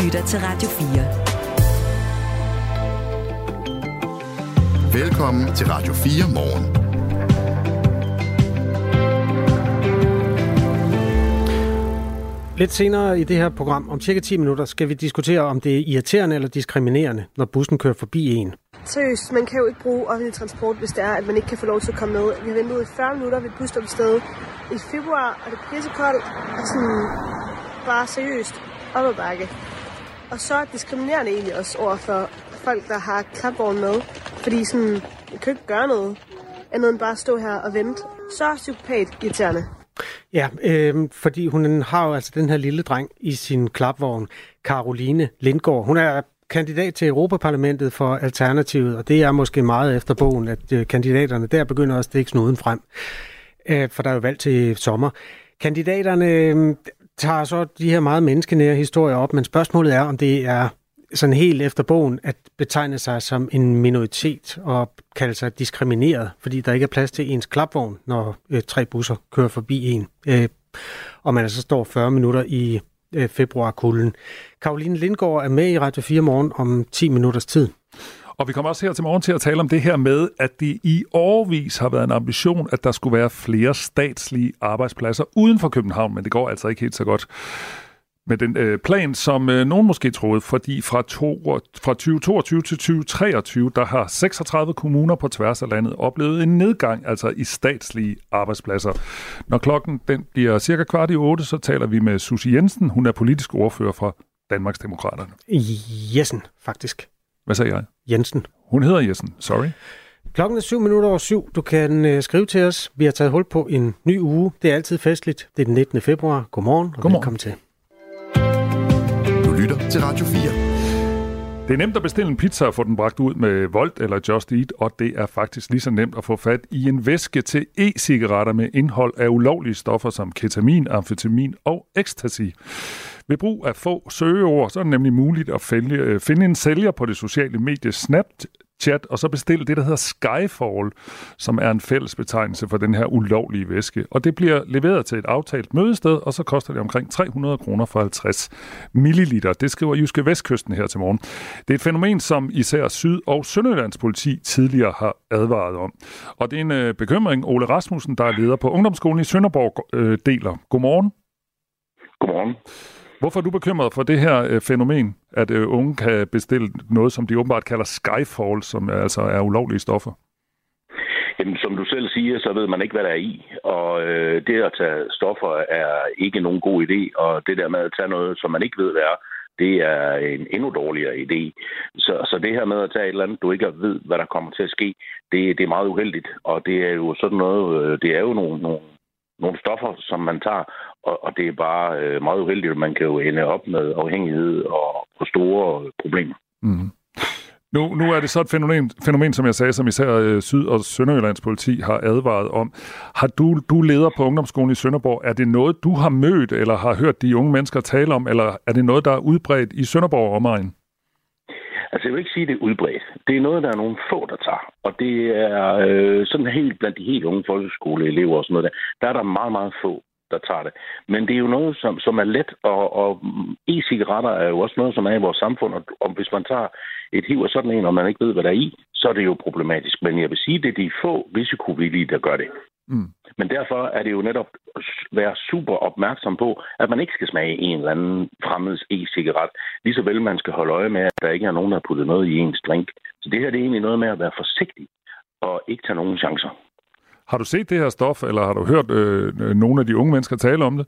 lytter til Radio 4. Velkommen til Radio 4 morgen. Lidt senere i det her program, om cirka 10 minutter, skal vi diskutere, om det er irriterende eller diskriminerende, når bussen kører forbi en. Seriøst, man kan jo ikke bruge offentlig transport, hvis det er, at man ikke kan få lov til at komme med. Vi har ventet i 40 minutter ved et busstoppested i februar, og det er pissekoldt, og sådan bare seriøst op ad bakke. Og så diskriminerende egentlig også over for folk, der har klapvogn med, fordi sådan, man kan ikke gøre noget, andet end bare stå her og vente. Så psykopat irriterende. Ja, fordi hun har jo altså den her lille dreng i sin klapvogn, Caroline Lindgaard. Hun er kandidat til Europaparlamentet for Alternativet, og det er måske meget efter bogen, at kandidaterne der begynder at stikke snuden frem, for der er jo valg til sommer. Kandidaterne tager så de her meget menneskenære historier op, men spørgsmålet er, om det er sådan helt efter bogen at betegne sig som en minoritet og kalde sig diskrimineret, fordi der ikke er plads til ens klapvogn, når 3 busser kører forbi en, og man altså står 40 minutter i februarkulden. Caroline Lindgaard er med i Radio 4 morgen om 10 minutters tid. Og vi kommer også her til morgen til at tale om det her med, at det i årevis har været en ambition, at der skulle være flere statslige arbejdspladser uden for København, men det går altså ikke helt så godt med den plan, som nogen måske troede, fordi fra 2022 til 2023, der har 36 kommuner på tværs af landet oplevet en nedgang, altså i statslige arbejdspladser. Når klokken den bliver cirka 7:15, så taler vi med Susie Jensen. Hun er politisk ordfører fra Danmarksdemokraterne. Jessen, faktisk. Hvad sagde jeg? Jensen. Hun hedder Jessen, sorry. Klokken er 7:07. Du kan skrive til os. Vi har taget hul på en ny uge. Det er altid festligt. Det er den 19. februar. Godmorgen og velkommen til. Du lytter til Radio 4. Det er nemt at bestille en pizza og få den bragt ud med Volt eller Just Eat, og det er faktisk lige så nemt at få fat i en væske til e-cigaretter med indhold af ulovlige stoffer som ketamin, amfetamin og ecstasy. Ved brug af få søgeord, så er det nemlig muligt at finde en sælger på det sociale medie Snapchat, og så bestille det, der hedder Skyfall, som er en fælles betegnelse for den her ulovlige væske. Og det bliver leveret til et aftalt mødested, og så koster det omkring 300 kroner for 50 milliliter. Det skriver Jyske Vestkysten her til morgen. Det er et fænomen, som især Syd- og Sønderjyllands politi tidligere har advaret om. Og det er en bekymring, Ole Rasmussen, der er leder på Ungdomsskolen i Sønderborg, deler. Godmorgen. Godmorgen. Hvorfor er du bekymret for det her fænomen, at unge kan bestille noget, som de åbenbart kalder Skyfall, som altså er ulovlige stoffer? Jamen, som du selv siger, så ved man ikke, hvad der er i. Og det at tage stoffer er ikke nogen god idé. Og det der med at tage noget, som man ikke ved, hvad er, det er en endnu dårligere idé. Så det her med at tage et eller andet, du ikke ved, hvad der kommer til at ske, det er meget uheldigt. Og det er jo sådan noget, det er jo nogle stoffer, som man tager, og det er bare meget uheldigt, at man kan jo ende op med afhængighed og store problemer. Mm. Nu er det så et fænomen, som jeg sagde, som især Syd- og Sønderjyllands politi har advaret om. Har du leder på Ungdomsskolen i Sønderborg, er det noget, du har mødt, eller har hørt de unge mennesker tale om, eller er det noget, der er udbredt i Sønderborg og omegn? Altså, jeg vil ikke sige, at det er udbredt. Det er noget, der er nogle få, der tager. Og det er sådan helt blandt de helt unge folkeskoleelever og sådan noget der er der meget, meget få, der tager det. Men det er jo noget, som er let, og e-cigaretter er jo også noget, som er i vores samfund. Og hvis man tager et hiv af sådan en, og man ikke ved, hvad der er i, så er det jo problematisk. Men jeg vil sige, at det er de få risikovillige, der gør det. Mm. Men derfor er det jo netop at være super opmærksom på, at man ikke skal smage en eller anden fremmeds e-cigaret. Ligeså vel man skal holde øje med, at der ikke er nogen, der har puttet noget i ens drink. Så det her det er egentlig noget med at være forsigtig og ikke tage nogen chancer. Har du set det her stof, eller har du hørt nogle af de unge mennesker tale om det?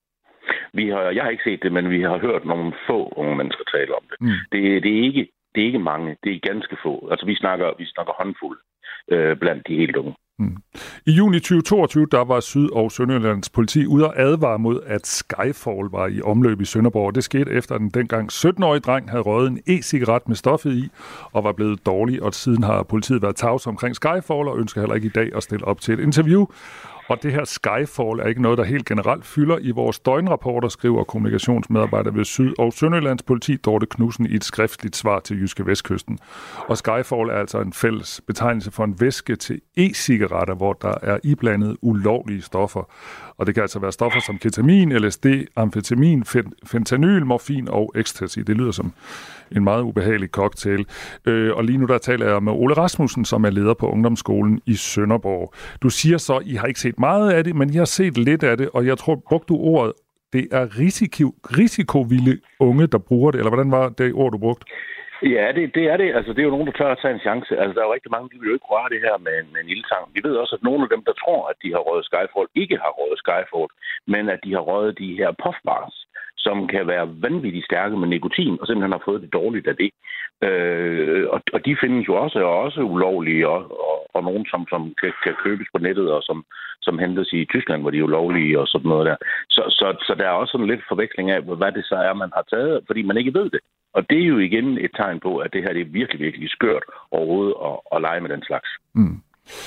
Jeg har ikke set det, men vi har hørt nogle få unge mennesker tale om det. Mm. Det er ikke mange, det er ganske få. Altså vi snakker håndfuld blandt de helt unge. Mm. I juni 2022, der var Syd- og Sønderjyllands politi ude og advare mod, at Skyfall var i omløb i Sønderborg. Det skete efter, at den dengang 17-årige dreng havde røget en e-cigaret med stoffet i og var blevet dårlig, og siden har politiet været tavs omkring Skyfall og ønsker heller ikke i dag at stille op til et interview. Og det her Skyfall er ikke noget, der helt generelt fylder i vores døgnrapporter, skriver kommunikationsmedarbejder ved Syd- og Sønderjyllands politi, Dorte Knudsen, i et skriftligt svar til Jyske Vestkysten. Og Skyfall er altså en fælles betegnelse for en væske til e-cigaretter, hvor der er iblandet ulovlige stoffer. Og det kan altså være stoffer som ketamin, LSD, amfetamin, fentanyl, morfin og ecstasy. Det lyder som en meget ubehagelig cocktail. Og lige nu der taler jeg med Ole Rasmussen, som er leder på ungdomsskolen i Sønderborg. Du siger så, I har ikke set meget af det, men I har set lidt af det, og jeg tror, brugte du ordet, det er risikovilde unge, der bruger det, eller hvordan var det ord, du brugte? Ja, det er det. Altså, det er jo nogen, der tør at tage en chance. Altså, der er jo rigtig mange, der vil jo ikke røre det her med en ildtang. Vi ved også, at nogle af dem, der tror, at de har røget Skyfall, ikke har røget Skyfall, men at de har røget de her puffbars, som kan være vanvittigt stærke med nikotin, og simpelthen har fået det dårligt af det. Og de findes jo også ulovlige, og nogen, som kan købes på nettet, og som hentes i Tyskland, hvor de er ulovlige, og sådan noget der. Så der er også sådan lidt forveksling af, hvad det så er, man har taget, fordi man ikke ved det. Og det er jo igen et tegn på, at det her det er virkelig, virkelig skørt overhovedet at lege med den slags. Mm.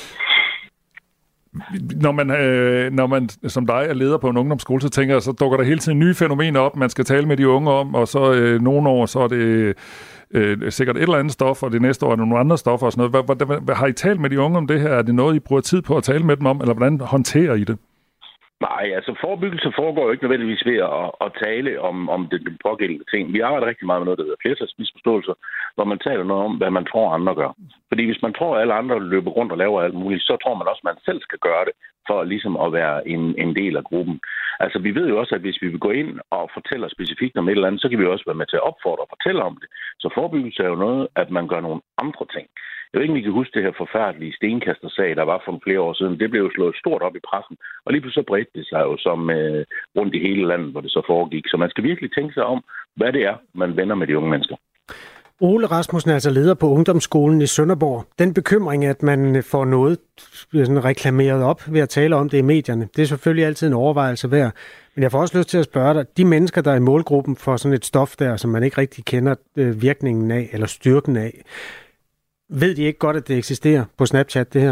Når man som dig er leder på en ungdomsskole, så tænker jeg, så dukker der hele tiden nye fænomener op, man skal tale med de unge om, og så nogle år, så er det sikkert et eller andet stof, og det næste år er nogle andre stoffer og sådan noget. Hvad har I talt med de unge om det her? Er det noget, I bruger tid på at tale med dem om, eller hvordan håndterer I det? Nej, altså forebyggelse foregår jo ikke nødvendigvis ved at tale om den pågældende ting. Vi arbejder rigtig meget med noget, der hedder flertalsmisforståelser, hvor man taler noget om, hvad man tror, andre gør. Fordi hvis man tror, at alle andre løber rundt og laver alt muligt, så tror man også, at man selv skal gøre det, for ligesom at være en del af gruppen. Altså, vi ved jo også, at hvis vi vil gå ind og fortæller specifikt om et eller andet, så kan vi også være med til at opfordre og fortælle om det. Så forebyggelse er jo noget, at man gør nogle andre ting. Jeg ved ikke, om I kan huske det her forfærdelige stenkastersag, der var for flere år siden. Det blev jo slået stort op i pressen, og lige pludselig så bredte det sig jo som rundt i hele landet, hvor det så foregik. Så man skal virkelig tænke sig om, hvad det er, man vender med de unge mennesker. Ole Rasmussen er altså leder på ungdomsskolen i Sønderborg. Den bekymring, at man får noget sådan reklameret op ved at tale om det i medierne, det er selvfølgelig altid en overvejelse værd. Men jeg får også lyst til at spørge dig, de mennesker, der er i målgruppen for sådan et stof der, som man ikke rigtig kender virkningen af eller styrken af, ved de ikke godt, at det eksisterer på Snapchat, det her?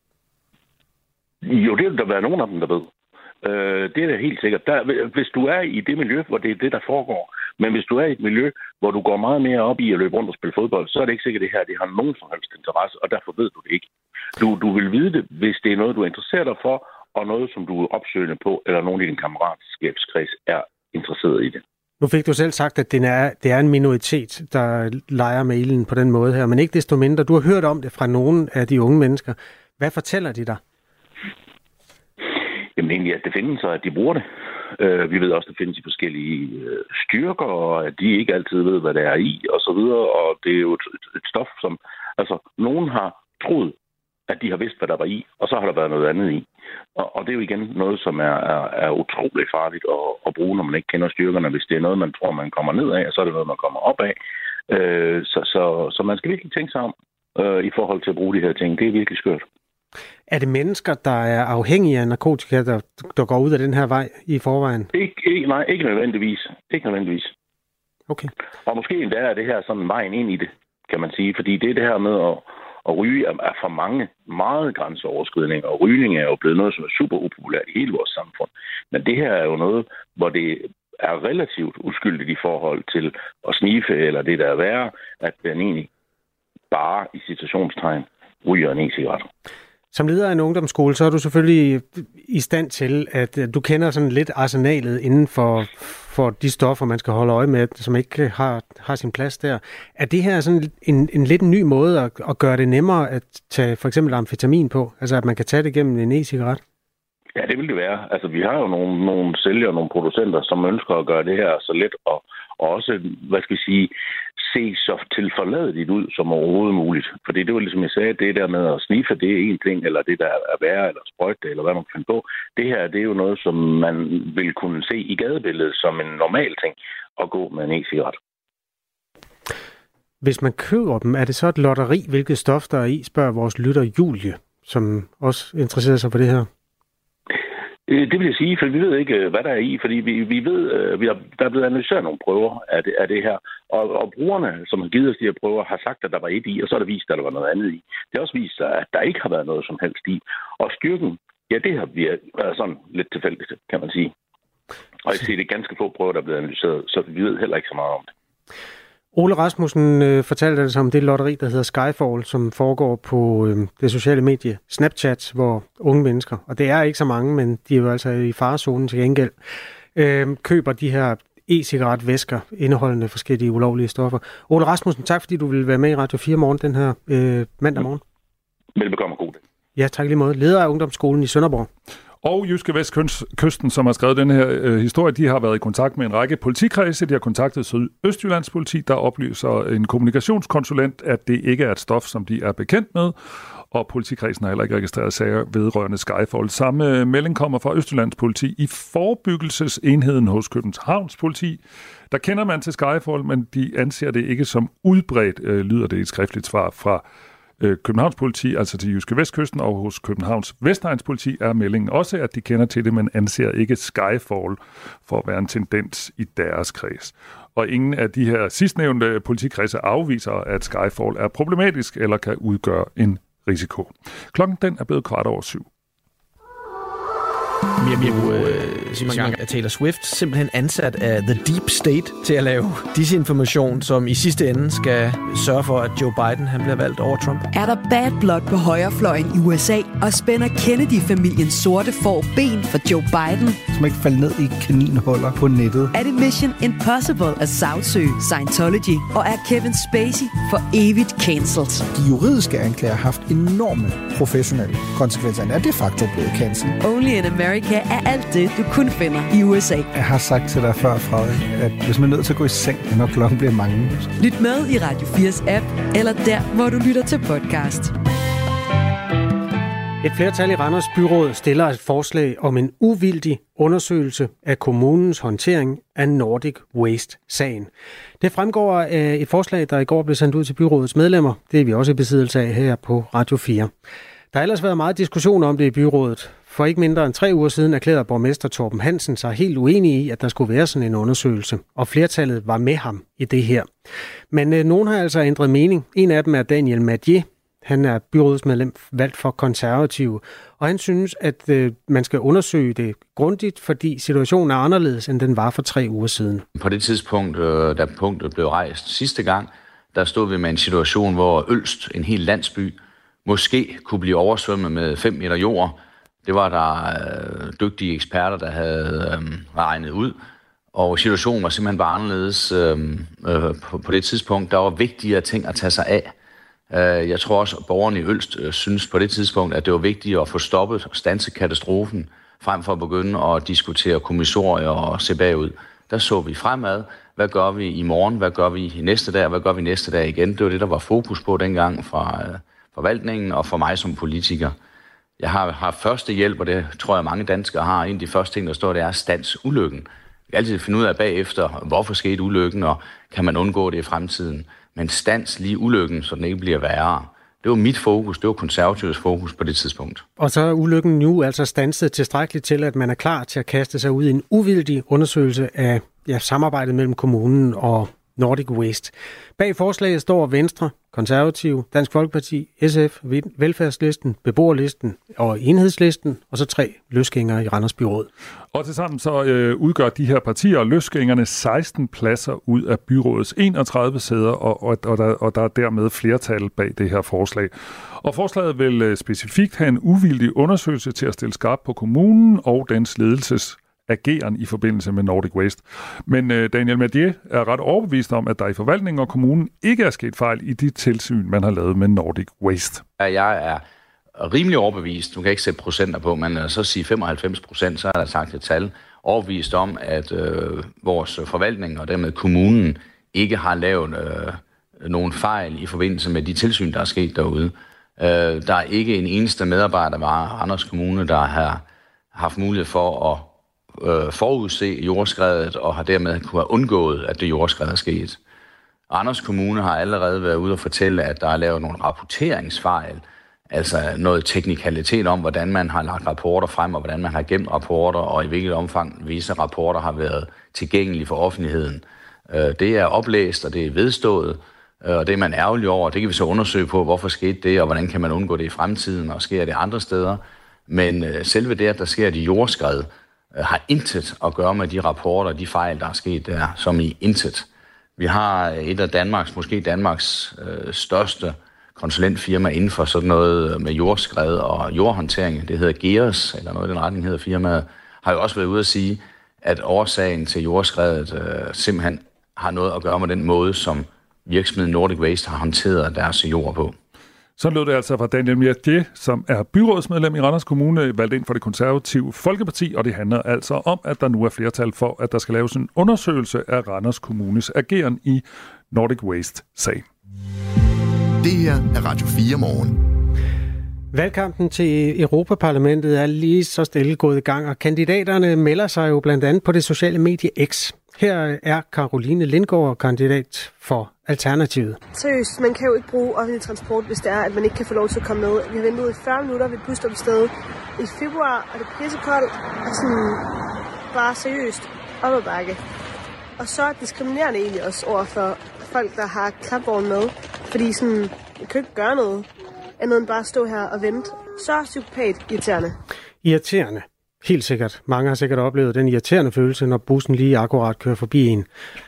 Jo, det vil der være nogen af dem, der ved. Det er da helt sikkert. Hvis du er i det miljø, hvor det er det, der foregår, men hvis du er i et miljø, hvor du går meget mere op i at løbe rundt og spille fodbold, så er det ikke sikkert, at det her det har nogen som helst interesse, og derfor ved du det ikke. Du vil vide det, hvis det er noget, du interesserer dig for, og noget, som du er opsøgende på, eller nogen i din kammeratskabskreds er interesseret i det. Nu fik du selv sagt, at det er en minoritet, der leger med ilden på den måde her, men ikke desto mindre. Du har hørt om det fra nogle af de unge mennesker. Hvad fortæller de dig? Jamen egentlig, at det findes, og at de bruger det. Vi ved også, at det findes i forskellige styrker, og at de ikke altid ved, hvad det er i, og så videre. Og det er jo et stof, som... Altså, nogen har troet, at de har vidst, hvad der var i, og så har der været noget andet i. Og det er jo igen noget, som er utroligt farligt at bruge, når man ikke kender styrkerne. Hvis det er noget, man tror, man kommer ned af, så er det noget, man kommer op af. Så man skal virkelig tænke sig om i forhold til at bruge de her ting. Det er virkelig skørt. Er det mennesker, der er afhængige af narkotika, der går ud af den her vej i forvejen? Nej, ikke nødvendigvis. Ikke nødvendigvis. Okay. Og måske endda er det her sådan vejen ind i det, kan man sige. Fordi det er det her med at ryge er for mange meget grænseoverskridninger, og rygning er jo blevet noget, som er super upopulært i hele vores samfund. Men det her er jo noget, hvor det er relativt uskyldigt i forhold til at sniffe, eller det der er værre, at den egentlig bare i citationstegn ryger en e-cigaret. Som leder af en ungdomsskole, så er du selvfølgelig i stand til, at du kender sådan lidt arsenalet inden for de stoffer, man skal holde øje med, som ikke har sin plads der. Er det her sådan en lidt ny måde at gøre det nemmere at tage for eksempel amfetamin på? Altså at man kan tage det gennem en e-cigaret? Ja, det vil det være. Altså vi har jo nogle sælgere og nogle producenter, som ønsker at gøre det her så let og også, hvad skal vi sige, se så tilforladeligt ud som overhovedet muligt. Fordi det var ligesom jeg sagde, det der med at sniffe, det er en ting, eller det der er værre, eller sprøjte, eller hvad man kan finde på. Det her, det er jo noget, som man vil kunne se i gadebilledet som en normal ting, at gå med en e-cigaret. Hvis man køber dem, er det så et lotteri, hvilket stof der er i, spørger vores lytter Julie, som også interesserer sig for det her? Det vil jeg sige, for vi ved ikke, hvad der er i, fordi vi ved, der er blevet analyseret nogle prøver af det her, og brugerne, som har givet os de her prøver, har sagt, at der var et i, og så er der vist, at der var noget andet i. Det har også vist sig, at der ikke har været noget som helst i, og styrken, Ja, det har været sådan lidt tilfældigt, kan man sige. Og jeg siger, det er ganske få prøver, der er blevet analyseret, så vi ved heller ikke så meget om det. Ole Rasmussen fortalte altså om det lotteri, der hedder Skyfall, som foregår på det sociale medie Snapchat, hvor unge mennesker, og det er ikke så mange, men de er jo altså i farezonen til gengæld, køber de her e-cigaretvæsker indeholdende forskellige ulovlige stoffer. Ole Rasmussen, tak fordi du ville være med i Radio 4 morgen den her mandag morgen. Velbekomme, god dag. Ja, tak lige måde. Leder af Ungdomsskolen i Sønderborg. Og Jyske Vestkysten, som har skrevet den her historie, de har været i kontakt med en række politikredse. De har kontaktet Sydøstjyllands politi, der oplyser en kommunikationskonsulent, at det ikke er et stof, som de er bekendt med. Og politikredsen har heller ikke registreret sager vedrørende Skyfall. Samme melding kommer fra Østjyllands politi. I forebyggelsesenheden hos Københavns politi, der kender man til Skyfall, men de anser det ikke som udbredt, lyder det i et skriftligt svar fra Københavns politi, altså til Jyske Vestkysten, og hos Københavns Vestegns politi er meldingen også, at de kender til det, men anser ikke Skyfall for at være en tendens i deres kreds. Og ingen af de her sidstnævnte politikredse afviser, at Skyfall er problematisk eller kan udgøre en risiko. Klokken den er blevet 7:15. Simon, er Taylor Swift simpelthen ansat af The Deep State til at lave disinformation, som i sidste ende skal sørge for, at Joe Biden han bliver valgt over Trump? Er der bad blood på højrefløjen i USA, og spænder Kennedy-familiens sorte får ben for Joe Biden? Som ikke falder ned i kaninhuller på nettet. Er det Mission Impossible at sagsøge Scientology, og er Kevin Spacey for evigt cancelled? De juridiske anklager har haft enorme professionelle konsekvenser. Er de facto blevet cancelled? Only in America er alt det, du kun finder i USA. Jeg har sagt til dig før, Frederik, at hvis man er nødt til at gå i seng, når klokken bliver mange. Lyt med i Radio 4's app, eller der, hvor du lytter til podcast. Et flertal i Randers Byråd stiller et forslag om en uvildig undersøgelse af kommunens håndtering af Nordic Waste-sagen. Det fremgår af et forslag, der i går blev sendt ud til byrådets medlemmer. Det er vi også i besiddelse af her på Radio 4. Der har ellers været meget diskussion om det i byrådet. For ikke mindre end 3 uger siden erklærede borgmester Torben Hansen sig helt uenig i, at der skulle være sådan en undersøgelse, og flertallet var med ham i det her. Men nogen har altså ændret mening. En af dem er Daniel Madier. Han er byrådsmedlem valgt for Konservative, og han synes, at man skal undersøge det grundigt, fordi situationen er anderledes, end den var for 3 uger siden. På det tidspunkt, da punktet blev rejst sidste gang, der stod vi med en situation, hvor Ølst, en hel landsby, måske kunne blive oversvømmet med 5 meter jord. Det var der dygtige eksperter, der havde regnet ud, og situationen var simpelthen bare anderledes på det tidspunkt. Der var vigtigere ting at tage sig af. Jeg tror også, at borgerne i Ølst synes på det tidspunkt, at det var vigtigt at få stoppet og standse katastrofen, frem for at begynde at diskutere kommissorier og se bagud. Der så vi fremad. Hvad gør vi i morgen? Hvad gør vi næste dag? Hvad gør vi næste dag igen? Det var det, der var fokus på dengang fra forvaltningen og for mig som politiker. Jeg har haft første hjælp, og det tror jeg mange danskere har. En af de første ting, der står, det er stands ulykken. Vi kan altid finde ud af bagefter, hvorfor skete ulykken, og kan man undgå det i fremtiden. Men stands lige ulykken, så den ikke bliver værre. Det var mit fokus, det var Konservatives fokus på det tidspunkt. Og så er ulykken nu altså standset tilstrækkeligt til, at man er klar til at kaste sig ud i en uvildig undersøgelse af samarbejdet mellem kommunen og Nordic Waste. Bag forslaget står Venstre, Konservative, Dansk Folkeparti, SF, Velfærdslisten, Beboerlisten og Enhedslisten, og så 3 løsgængere i Randers Byråd. Og tilsammen så udgør de her partier og løsgængerne 16 pladser ud af byrådets 31 sæder, og der er dermed flertal bag det her forslag. Og forslaget vil specifikt have en uvildig undersøgelse til at stille skarpt på kommunen og dens ledelses ageren i forbindelse med Nordic Waste. Men Daniel Madier er ret overbevist om, at der i forvaltningen og kommunen ikke er sket fejl i de tilsyn, man har lavet med Nordic Waste. Jeg er rimelig overbevist, du kan ikke sætte procenter på, men så sige 95%, så er der sagt et tal, overbevist om, at vores forvaltning og dermed kommunen ikke har lavet nogen fejl i forbindelse med de tilsyn, der er sket derude. Der er ikke en eneste medarbejder fra Randers Kommune, der har haft mulighed for at forudse jordskredet og har dermed kunne have undgået, at det jordskred er sket. Randers Kommune har allerede været ude og fortælle, at der er lavet nogle rapporteringsfejl, altså noget teknikalitet om, hvordan man har lagt rapporter frem, og hvordan man har gemt rapporter, og i hvilket omfang visse rapporter har været tilgængelige for offentligheden. Det er oplæst, og det er vedstået, og det er man ærgerlig over. Det kan vi så undersøge på, hvorfor skete det, og hvordan kan man undgå det i fremtiden, og sker det andre steder. Men selve det, at der sker de jordskred, har intet at gøre med de rapporter og de fejl, der er sket der, som i intet. Vi har et af Danmarks største konsulentfirma inden for sådan noget med jordskred og jordhåndtering. Det hedder GEOS, eller noget i den retning hedder firmaet, har jo også været ude at sige, at årsagen til jordskredet simpelthen har noget at gøre med den måde, som virksomheden Nordic Waste har håndteret deres jord på. Så lød det altså fra Daniel Merdier, som er byrådsmedlem i Randers Kommune, valgt ind for det konservative Folkeparti, og det handler altså om, at der nu er flertal for, at der skal laves en undersøgelse af Randers Kommunes ageren i Nordic Waste-sagen. Det her er Radio 4 morgen. Valgkampen til Europaparlamentet er lige så stille gået i gang, og kandidaterne melder sig jo blandt andet på det sociale medie X. Her er Caroline Lindgaard kandidat for Alternativet. Seriøst, man kan jo ikke bruge offentlig transport, hvis det er, at man ikke kan få lov til at komme med. Vi har ventet i 40 minutter ved et busstoppested i februar, og det er pissekoldt, og sådan bare seriøst op ad bakke. Og så er diskriminerende egentlig også over for folk, der har klapvogn med, fordi sådan, man kan ikke gøre noget, andet end bare at stå her og vente. Så psykopat irriterende. Irriterende. Helt sikkert. Mange har sikkert oplevet den irriterende følelse, når bussen lige akkurat kører forbi en.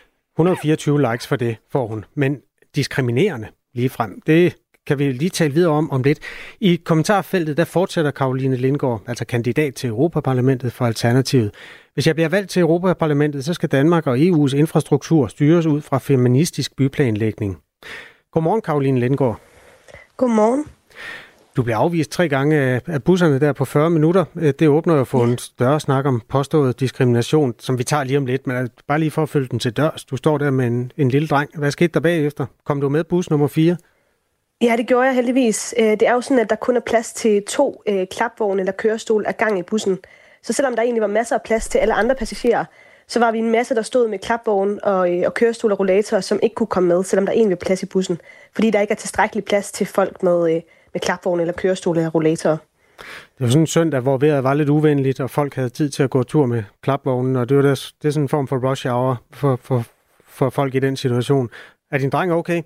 124 likes for det får hun, men diskriminerende ligefrem. Det kan vi lige tale videre om lidt. I kommentarfeltet, der fortsætter Caroline Lindgaard, altså kandidat til Europaparlamentet for Alternativet. Hvis jeg bliver valgt til Europaparlamentet, så skal Danmark og EU's infrastruktur styres ud fra feministisk byplanlægning. Godmorgen, Caroline Lindgaard. Godmorgen. Du bliver afvist 3 gange af busserne der på 40 minutter. Det åbner jo for en større snak om påstået diskrimination, som vi tager lige om lidt, men bare lige for at følge den til dørs. Du står der med en lille dreng. Hvad skete der bagefter? Kom du med bus nummer 4? Ja, det gjorde jeg heldigvis. Det er jo sådan, at der kun er plads til 2 klapvogne eller kørestol ad gang i bussen. Så selvom der egentlig var masser af plads til alle andre passagerer, så var vi en masse, der stod med klapvogn og kørestol og rollator, som ikke kunne komme med, selvom der egentlig var plads i bussen. Fordi der ikke er tilstrækkelig plads til folk med klapvogn eller kørestol eller rollator. Det var sådan en søndag, hvor vejret var lidt uvenligt, og folk havde tid til at gå tur med klapvognen, og det er sådan en form for rush hour for folk i den situation. Er din dreng okay?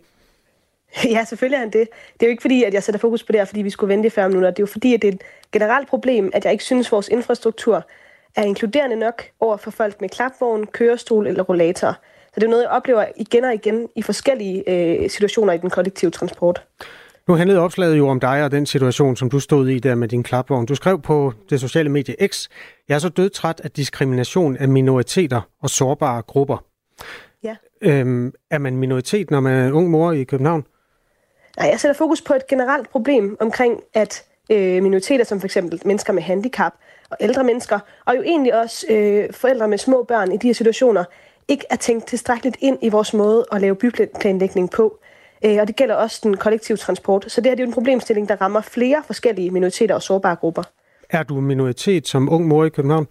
Ja, selvfølgelig er han det. Det er jo ikke fordi, at jeg sætter fokus på det her, fordi vi skulle vente i 40 minutter. Det er jo fordi, at det er et generelt problem, at jeg ikke synes, at vores infrastruktur er inkluderende nok over for folk med klapvogn, kørestol eller rollator. Så det er noget, jeg oplever igen og igen i forskellige situationer i den kollektive transport. Nu handlede opslaget jo om dig og den situation, som du stod i der med din klapvogn. Du skrev på det sociale medie X, jeg er så dødtræt af diskrimination af minoriteter og sårbare grupper. Ja. Er man minoritet, når man er en ung mor i København? Nej, jeg sætter fokus på et generelt problem omkring, at minoriteter som for eksempel mennesker med handicap og ældre mennesker, og jo egentlig også forældre med små børn i de her situationer, ikke er tænkt tilstrækkeligt ind i vores måde at lave byplanlægning på. Og det gælder også den kollektive transport. Så det her det er jo en problemstilling, der rammer flere forskellige minoriteter og sårbare grupper. Er du en minoritet som ung mor i København?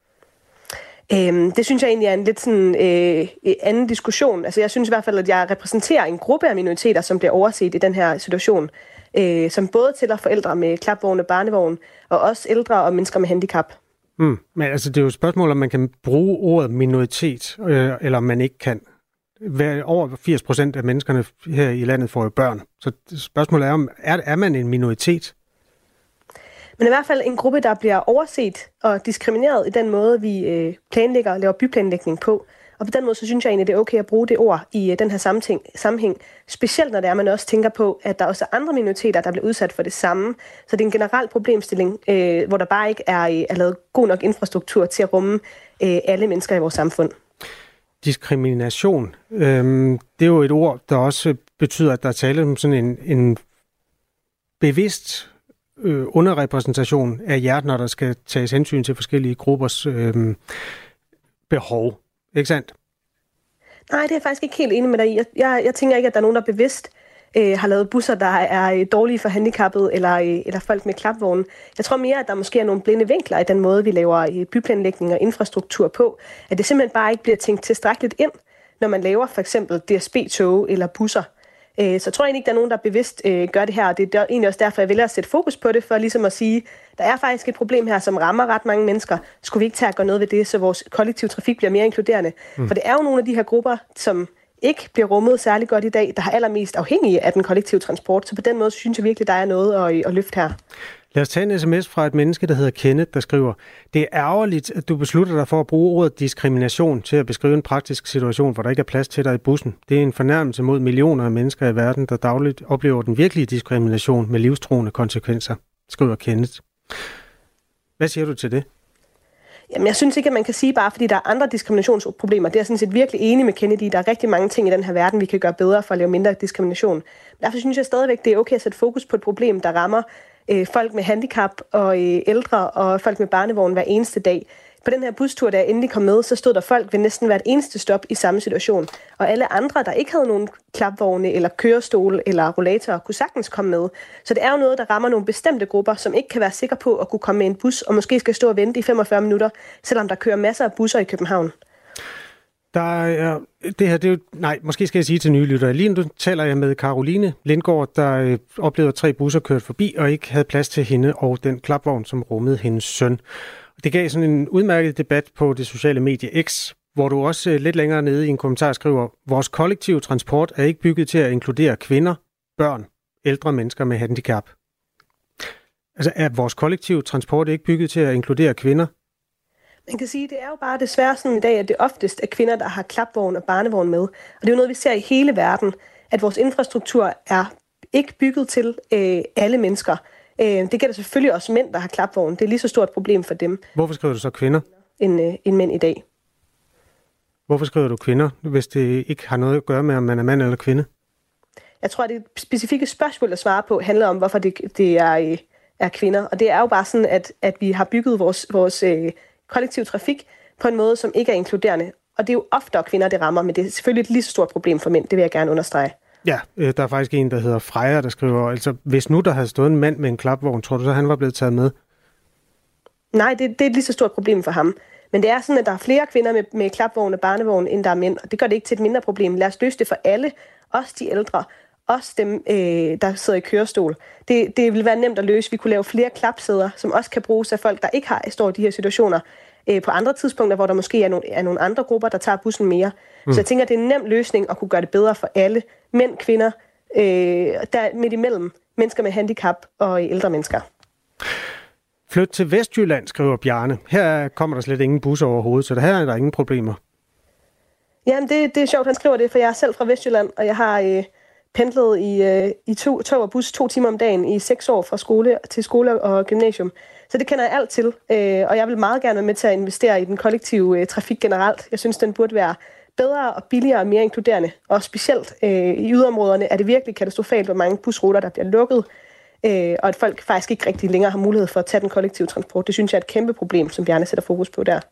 Det synes jeg egentlig er en lidt sådan anden diskussion. Altså jeg synes i hvert fald, at jeg repræsenterer en gruppe af minoriteter, som bliver overset i den her situation. Som både tæller forældre med klapvogne, barnevogn, og også ældre og mennesker med handicap. Men altså det er jo et spørgsmål, om man kan bruge ordet minoritet, eller om man ikke kan. Over 80% af menneskerne her i landet får jo børn. Så spørgsmålet er, er man en minoritet? Men i hvert fald en gruppe, der bliver overset og diskrimineret i den måde, vi planlægger og laver byplanlægning på. Og på den måde, så synes jeg egentlig, det er okay at bruge det ord i den her sammenhæng. Specielt når det er, man også tænker på, at der også er andre minoriteter, der bliver udsat for det samme. Så det er en generel problemstilling, hvor der bare ikke er lavet god nok infrastruktur til at rumme alle mennesker i vores samfund. Diskrimination, det er jo et ord, der også betyder, at der er tale om sådan en bevidst underrepræsentation af hjertet, når der skal tages hensyn til forskellige gruppers behov. Ikke sandt? Nej, det er jeg faktisk ikke helt enig med dig i. Jeg tænker ikke, at der er nogen, der bevidst har lavet busser, der er dårlige for handicappede eller folk med klapvogn. Jeg tror mere, at der måske er nogle blinde vinkler i den måde, vi laver byplanlægning og infrastruktur på. At det simpelthen bare ikke bliver tænkt tilstrækkeligt ind, når man laver for eksempel DSB-tog eller busser. Så jeg tror egentlig ikke, der er nogen, der bevidst gør det her. Og det er egentlig også derfor, jeg vælger at sætte fokus på det, for ligesom at sige, der er faktisk et problem her, som rammer ret mange mennesker. Skulle vi ikke tage at gøre noget ved det, så vores kollektive trafik bliver mere inkluderende? For det er jo nogle af de her grupper, som ikke bliver rummet særlig godt i dag, der er allermest afhængige af den kollektive transport. Så på den måde synes jeg virkelig, der er noget at løfte her. Lad os tage en sms fra et menneske, der hedder Kenneth, der skriver: Det er ærgerligt, at du beslutter dig for at bruge ordet diskrimination til at beskrive en praktisk situation, hvor der ikke er plads til dig i bussen. Det er en fornærmelse mod millioner af mennesker i verden, der dagligt oplever den virkelige diskrimination med livstruende konsekvenser, skriver Kenneth. Hvad siger du til det? Jamen, jeg synes ikke, at man kan sige bare, fordi der er andre diskriminationsproblemer. Det er jeg sådan set virkelig enig med Kennedy. Der er rigtig mange ting i den her verden, vi kan gøre bedre for at lave mindre diskrimination. Derfor synes jeg stadigvæk, det er okay at sætte fokus på et problem, der rammer folk med handicap og ældre og folk med barnevogn hver eneste dag. På den her bustur, da jeg endelig kom med, så stod der folk ved næsten hvert eneste stop i samme situation. Og alle andre, der ikke havde nogen klapvogne eller kørestol eller rollator, kunne sagtens komme med. Så det er jo noget, der rammer nogle bestemte grupper, som ikke kan være sikre på at kunne komme med en bus, og måske skal stå og vente i 45 minutter, selvom der kører masser af busser i København. Måske skal jeg sige til nye lyttere. Lige nu taler jeg med Caroline Lindgaard, der oplevede 3 busser kørt forbi og ikke havde plads til hende og den klapvogn, som rummede hendes søn. Det gav sådan en udmærket debat på det sociale medie X, hvor du også lidt længere nede i en kommentar skriver: Vores kollektive transport er ikke bygget til at inkludere kvinder, børn, ældre mennesker med handicap. Altså, er vores kollektive transport ikke bygget til at inkludere kvinder? Man kan sige, at det er jo bare desværre sådan i dag, at det oftest er kvinder, der har klapvogn og barnevogn med. Og det er jo noget, vi ser i hele verden, at vores infrastruktur er ikke bygget til alle mennesker. Det gælder selvfølgelig også mænd, der har klapvogn. Det er lige så stort problem for dem. Hvorfor skriver du så kvinder? End mænd i dag. Hvorfor skriver du kvinder, hvis det ikke har noget at gøre med, om man er mand eller kvinde? Jeg tror, at det specifikke spørgsmål, at svare på, handler om, hvorfor det er kvinder. Og det er jo bare sådan, at vi har bygget vores kollektiv trafik på en måde, som ikke er inkluderende. Og det er jo oftere kvinder, det rammer, men det er selvfølgelig et lige så stort problem for mænd. Det vil jeg gerne understrege. Ja, der er faktisk en, der hedder Freja, der skriver, altså hvis nu der havde stået en mand med en klapvogn, tror du så, han var blevet taget med? Nej, det er et lige så stort problem for ham. Men det er sådan, at der er flere kvinder med klapvogn og barnevogn, end der er mænd. Og det gør det ikke til et mindre problem. Lad os løse det for alle, også de ældre, også dem, der sidder i kørestol. Det vil være nemt at løse. Vi kunne lave flere klapsæder, som også kan bruges af folk, der ikke står i de her situationer på andre tidspunkter, hvor der måske er nogle andre grupper, der tager bussen mere. Så jeg tænker, det er en nem løsning at kunne gøre det bedre for alle. Mænd, kvinder, der midt imellem mennesker med handicap og ældre mennesker. Flyt til Vestjylland, skriver Bjarne. Her kommer der slet ingen busser overhovedet, så her er der ingen problemer. Jamen, det er sjovt, han skriver det, for jeg er selv fra Vestjylland, og jeg har pendlet i tog og bus 2 timer om dagen i 6 år fra skole til skole og gymnasium. Så det kender jeg alt til, og jeg vil meget gerne være med til at investere i den kollektive trafik generelt. Jeg synes, den burde være bedre og billigere og mere inkluderende. Og specielt i yderområderne er det virkelig katastrofalt, hvor mange busruter, der bliver lukket, og at folk faktisk ikke rigtig længere har mulighed for at tage den kollektive transport. Det synes jeg er et kæmpe problem, som Bjarne sætter fokus på der.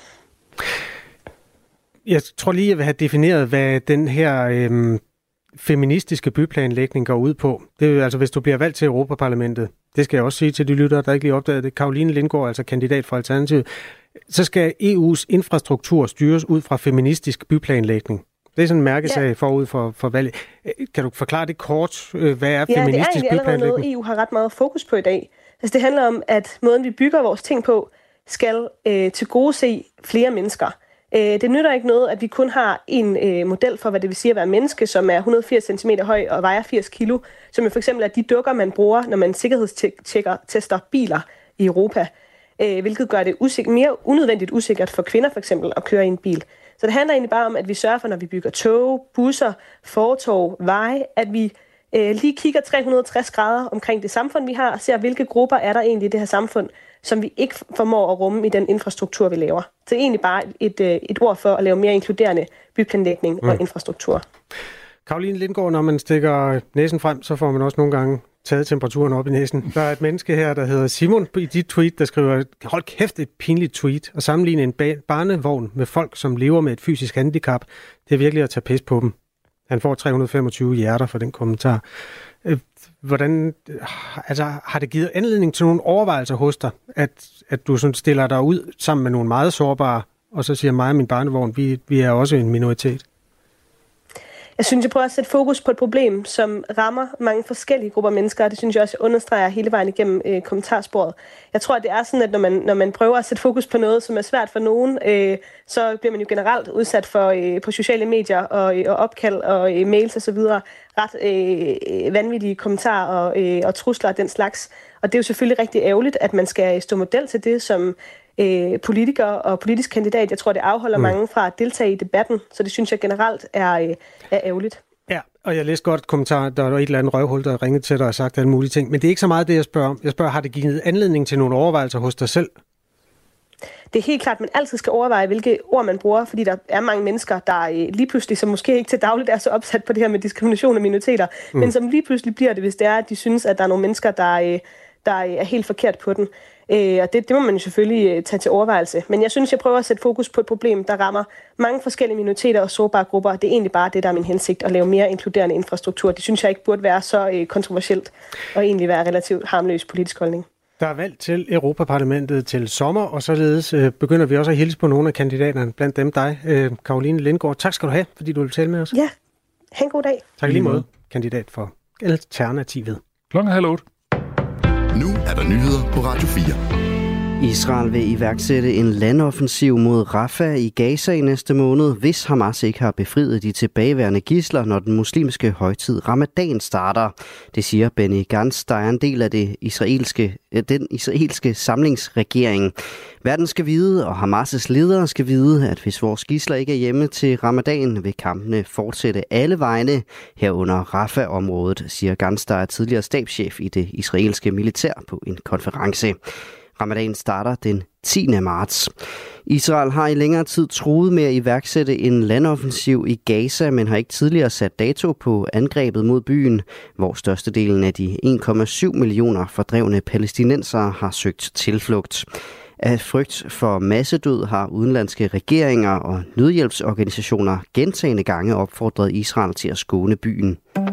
Jeg tror lige, jeg vil have defineret, hvad den her feministiske byplanlægning går ud på. Det er altså, hvis du bliver valgt til Europaparlamentet, det skal jeg også sige til de lyttere, der ikke lige opdagede det, Caroline Lindgaard, altså kandidat for Alternativet, så skal EU's infrastruktur styres ud fra feministisk byplanlægning. Det er sådan en mærkesag forud for valget. Kan du forklare det kort? Hvad er feministisk byplanlægning? Ja, det er egentlig allerede noget, EU har ret meget fokus på i dag. Altså, det handler om, at måden, vi bygger vores ting på, skal tilgodese flere mennesker. Det nytter ikke noget, at vi kun har en model for, hvad det vil sige at være menneske, som er 180 cm høj og vejer 80 kilo, som jo for eksempel er de dukker, man bruger, når man sikkerhedstester biler i Europa, hvilket gør det mere unødvendigt usikkert for kvinder for eksempel at køre i en bil. Så det handler egentlig bare om, at vi sørger for, når vi bygger tog, busser, fortov, veje, at vi lige kigger 360 grader omkring det samfund, vi har, og ser, hvilke grupper er der egentlig i det her samfund, som vi ikke formår at rumme i den infrastruktur, vi laver. Så det er egentlig bare et ord for at lave mere inkluderende byplanlægning og infrastruktur. Caroline Lindgaard, når man stikker næsen frem, så får man også nogle gange taget temperaturen op i næsen. Der er et menneske her, der hedder Simon, i dit tweet, der skriver, hold kæft, et pinligt tweet, og sammenligne en barnevogn med folk, som lever med et fysisk handicap. Det er virkelig at tage pis på dem. Han får 325 hjerter for den kommentar. Hvordan, altså, har det givet anledning til nogle overvejelser hos dig, at du sådan stiller dig ud sammen med nogle meget sårbare, og så siger mig og min barnevogn, vi er også en minoritet? Jeg synes, jeg prøver at sætte fokus på et problem, som rammer mange forskellige grupper mennesker, og det synes jeg også, jeg understreger hele vejen igennem kommentarsporet. Jeg tror, at det er sådan, at når man prøver at sætte fokus på noget, som er svært for nogen, så bliver man jo generelt udsat for på sociale medier og opkald og mails osv. ret vanvittige kommentarer og trusler og den slags. Og det er jo selvfølgelig rigtig ærgerligt, at man skal stå model til det som politiker og politisk kandidat. Jeg tror, det afholder mange fra at deltage i debatten, så det synes jeg generelt er ærgerligt. Ja, og jeg læste godt kommentar, der var et eller andet røvhul, der ringede til dig og sagt alle mulige ting, men det er ikke så meget det, jeg spørger om. Jeg spørger, har det givet anledning til nogle overvejelser hos dig selv? Det er helt klart, at man altid skal overveje, hvilke ord man bruger, fordi der er mange mennesker, der lige pludselig, som måske ikke til dagligt er så opsat på det her med diskrimination af minoriteter, men som lige pludselig bliver det, hvis det er, at de synes, at der er nogle mennesker, der er helt forkert på den. Og det må man jo selvfølgelig tage til overvejelse. Men jeg synes, jeg prøver at sætte fokus på et problem, der rammer mange forskellige minoriteter og sårbare grupper. Det er egentlig bare det, der er min hensigt, at lave mere inkluderende infrastruktur. Det synes jeg ikke burde være så kontroversielt og egentlig være relativt harmløs politisk holdning. Der er valg til Europaparlamentet til sommer, og således begynder vi også at hilse på nogle af kandidaterne, blandt dem dig, Caroline Lindgaard. Tak skal du have, fordi du vil tale med os. Ja, ha' en god dag. Tak lige måde, kandidat for Alternativet. 7:30. Nu er der nyheder på Radio 4. Israel vil iværksætte en landoffensiv mod Rafah i Gaza i næste måned, hvis Hamas ikke har befriet de tilbageværende gidsler, når den muslimske højtid Ramadan starter. Det siger Benny Gantz, der er en del af den israelske samlingsregering. Verden skal vide, og Hamas' ledere skal vide, at hvis vores gidsler ikke er hjemme til Ramadan, vil kampene fortsætte alle vegne herunder Rafah-området, siger Gantz, der er tidligere stabschef i det israelske militær på en konference. Ramadan starter den 10. marts. Israel har i længere tid truet med at iværksætte en landoffensiv i Gaza, men har ikke tidligere sat dato på angrebet mod byen, hvor størstedelen af de 1,7 millioner fordrevne palæstinensere har søgt tilflugt. Af frygt for massedød har udenlandske regeringer og nødhjælpsorganisationer gentagne gange opfordret Israel til at skåne byen.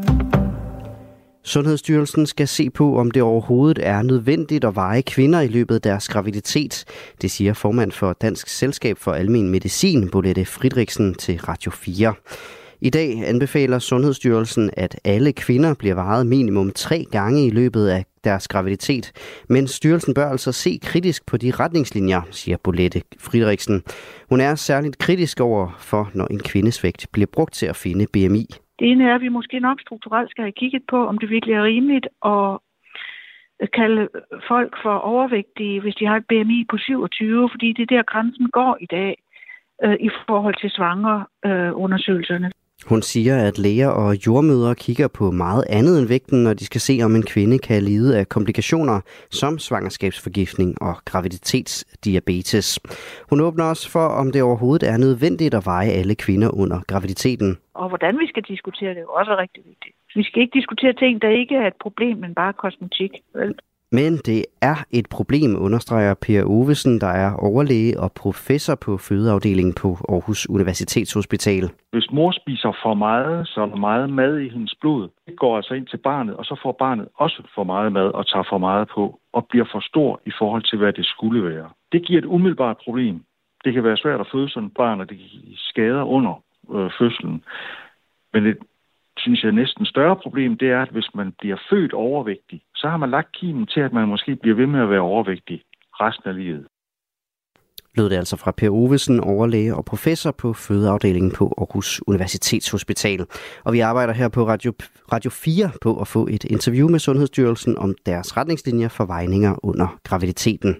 Sundhedsstyrelsen skal se på, om det overhovedet er nødvendigt at veje kvinder i løbet af deres graviditet. Det siger formand for Dansk Selskab for Almen Medicin, Bolette Friedrichsen, til Radio 4. I dag anbefaler Sundhedsstyrelsen, at alle kvinder bliver vejet minimum 3 gange i løbet af deres graviditet. Men styrelsen bør altså se kritisk på de retningslinjer, siger Bolette Friedrichsen. Hun er særligt kritisk over for, når en kvindes vægt bliver brugt til at finde BMI. Det ene er, at vi måske nok strukturelt skal have kigget på, om det virkelig er rimeligt at kalde folk for overvægtige, hvis de har et BMI på 27, fordi det er der grænsen går i dag i forhold til svangerundersøgelserne. Hun siger, at læger og jordmødre kigger på meget andet end vægten, når de skal se, om en kvinde kan lide af komplikationer som svangerskabsforgiftning og graviditetsdiabetes. Hun åbner også for, om det overhovedet er nødvendigt at veje alle kvinder under graviditeten. Og hvordan vi skal diskutere det er også rigtig vigtigt. Vi skal ikke diskutere ting, der ikke er et problem, men bare kosmetik. Men det er et problem, understreger Per Ovesen, der er overlæge og professor på fødeafdelingen på Aarhus Universitetshospital. Hvis mor spiser for meget, så er der meget mad i hendes blod. Det går altså ind til barnet, og så får barnet også for meget mad og tager for meget på, og bliver for stor i forhold til, hvad det skulle være. Det giver et umiddelbart problem. Det kan være svært at føde sådan et barn, og det kan give skader under fødslen. Men et synes jeg næsten større problem, det er, at hvis man bliver født overvægtig, så har man lagt kimen til, at man måske bliver ved med at være overvægtig resten af livet. Lød det altså fra Per Ovesen, overlæge og professor på fødeafdelingen på Aarhus Universitetshospital. Og vi arbejder her på Radio 4 på at få et interview med Sundhedsstyrelsen om deres retningslinjer for vejninger under graviditeten.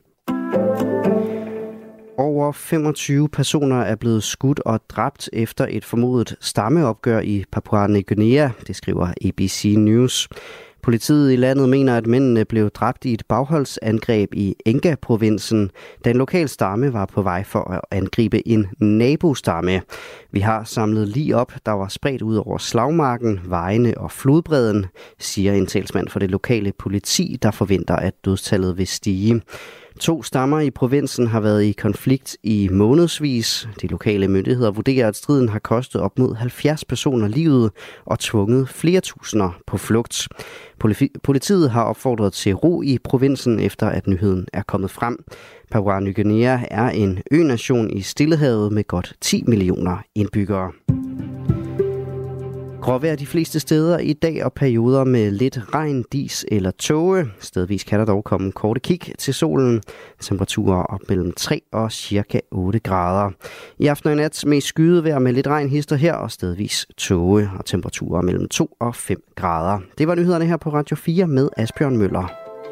Over 25 personer er blevet skudt og dræbt efter et formodet stammeopgør i Papua Ny Guinea, det skriver ABC News. Politiet i landet mener, at mændene blev dræbt i et bagholdsangreb i Enga-provinsen, da en lokal stamme var på vej for at angribe en nabostamme. Vi har samlet lig op, der var spredt ud over slagmarken, vejene og flodbredden, siger en talsmand for det lokale politi, der forventer, at dødstallet vil stige. 2 stammer i provinsen har været i konflikt i månedsvis. De lokale myndigheder vurderer, at striden har kostet op mod 70 personer livet og tvunget flere tusinder på flugt. Politiet har opfordret til ro i provinsen, efter at nyheden er kommet frem. Papua Ny Guinea er en ø-nation i Stillehavet med godt 10 millioner indbyggere. Gråvejr de fleste steder i dag og perioder med lidt regn, dis eller tåge. Stedvis kan der dog komme korte kig til solen. Temperaturer op mellem 3 og cirka 8 grader. I aften og nat med skyet vejr med lidt regn hister her og stedvis tåge og temperaturer mellem 2 og 5 grader. Det var nyhederne her på Radio 4 med Asbjørn Møller.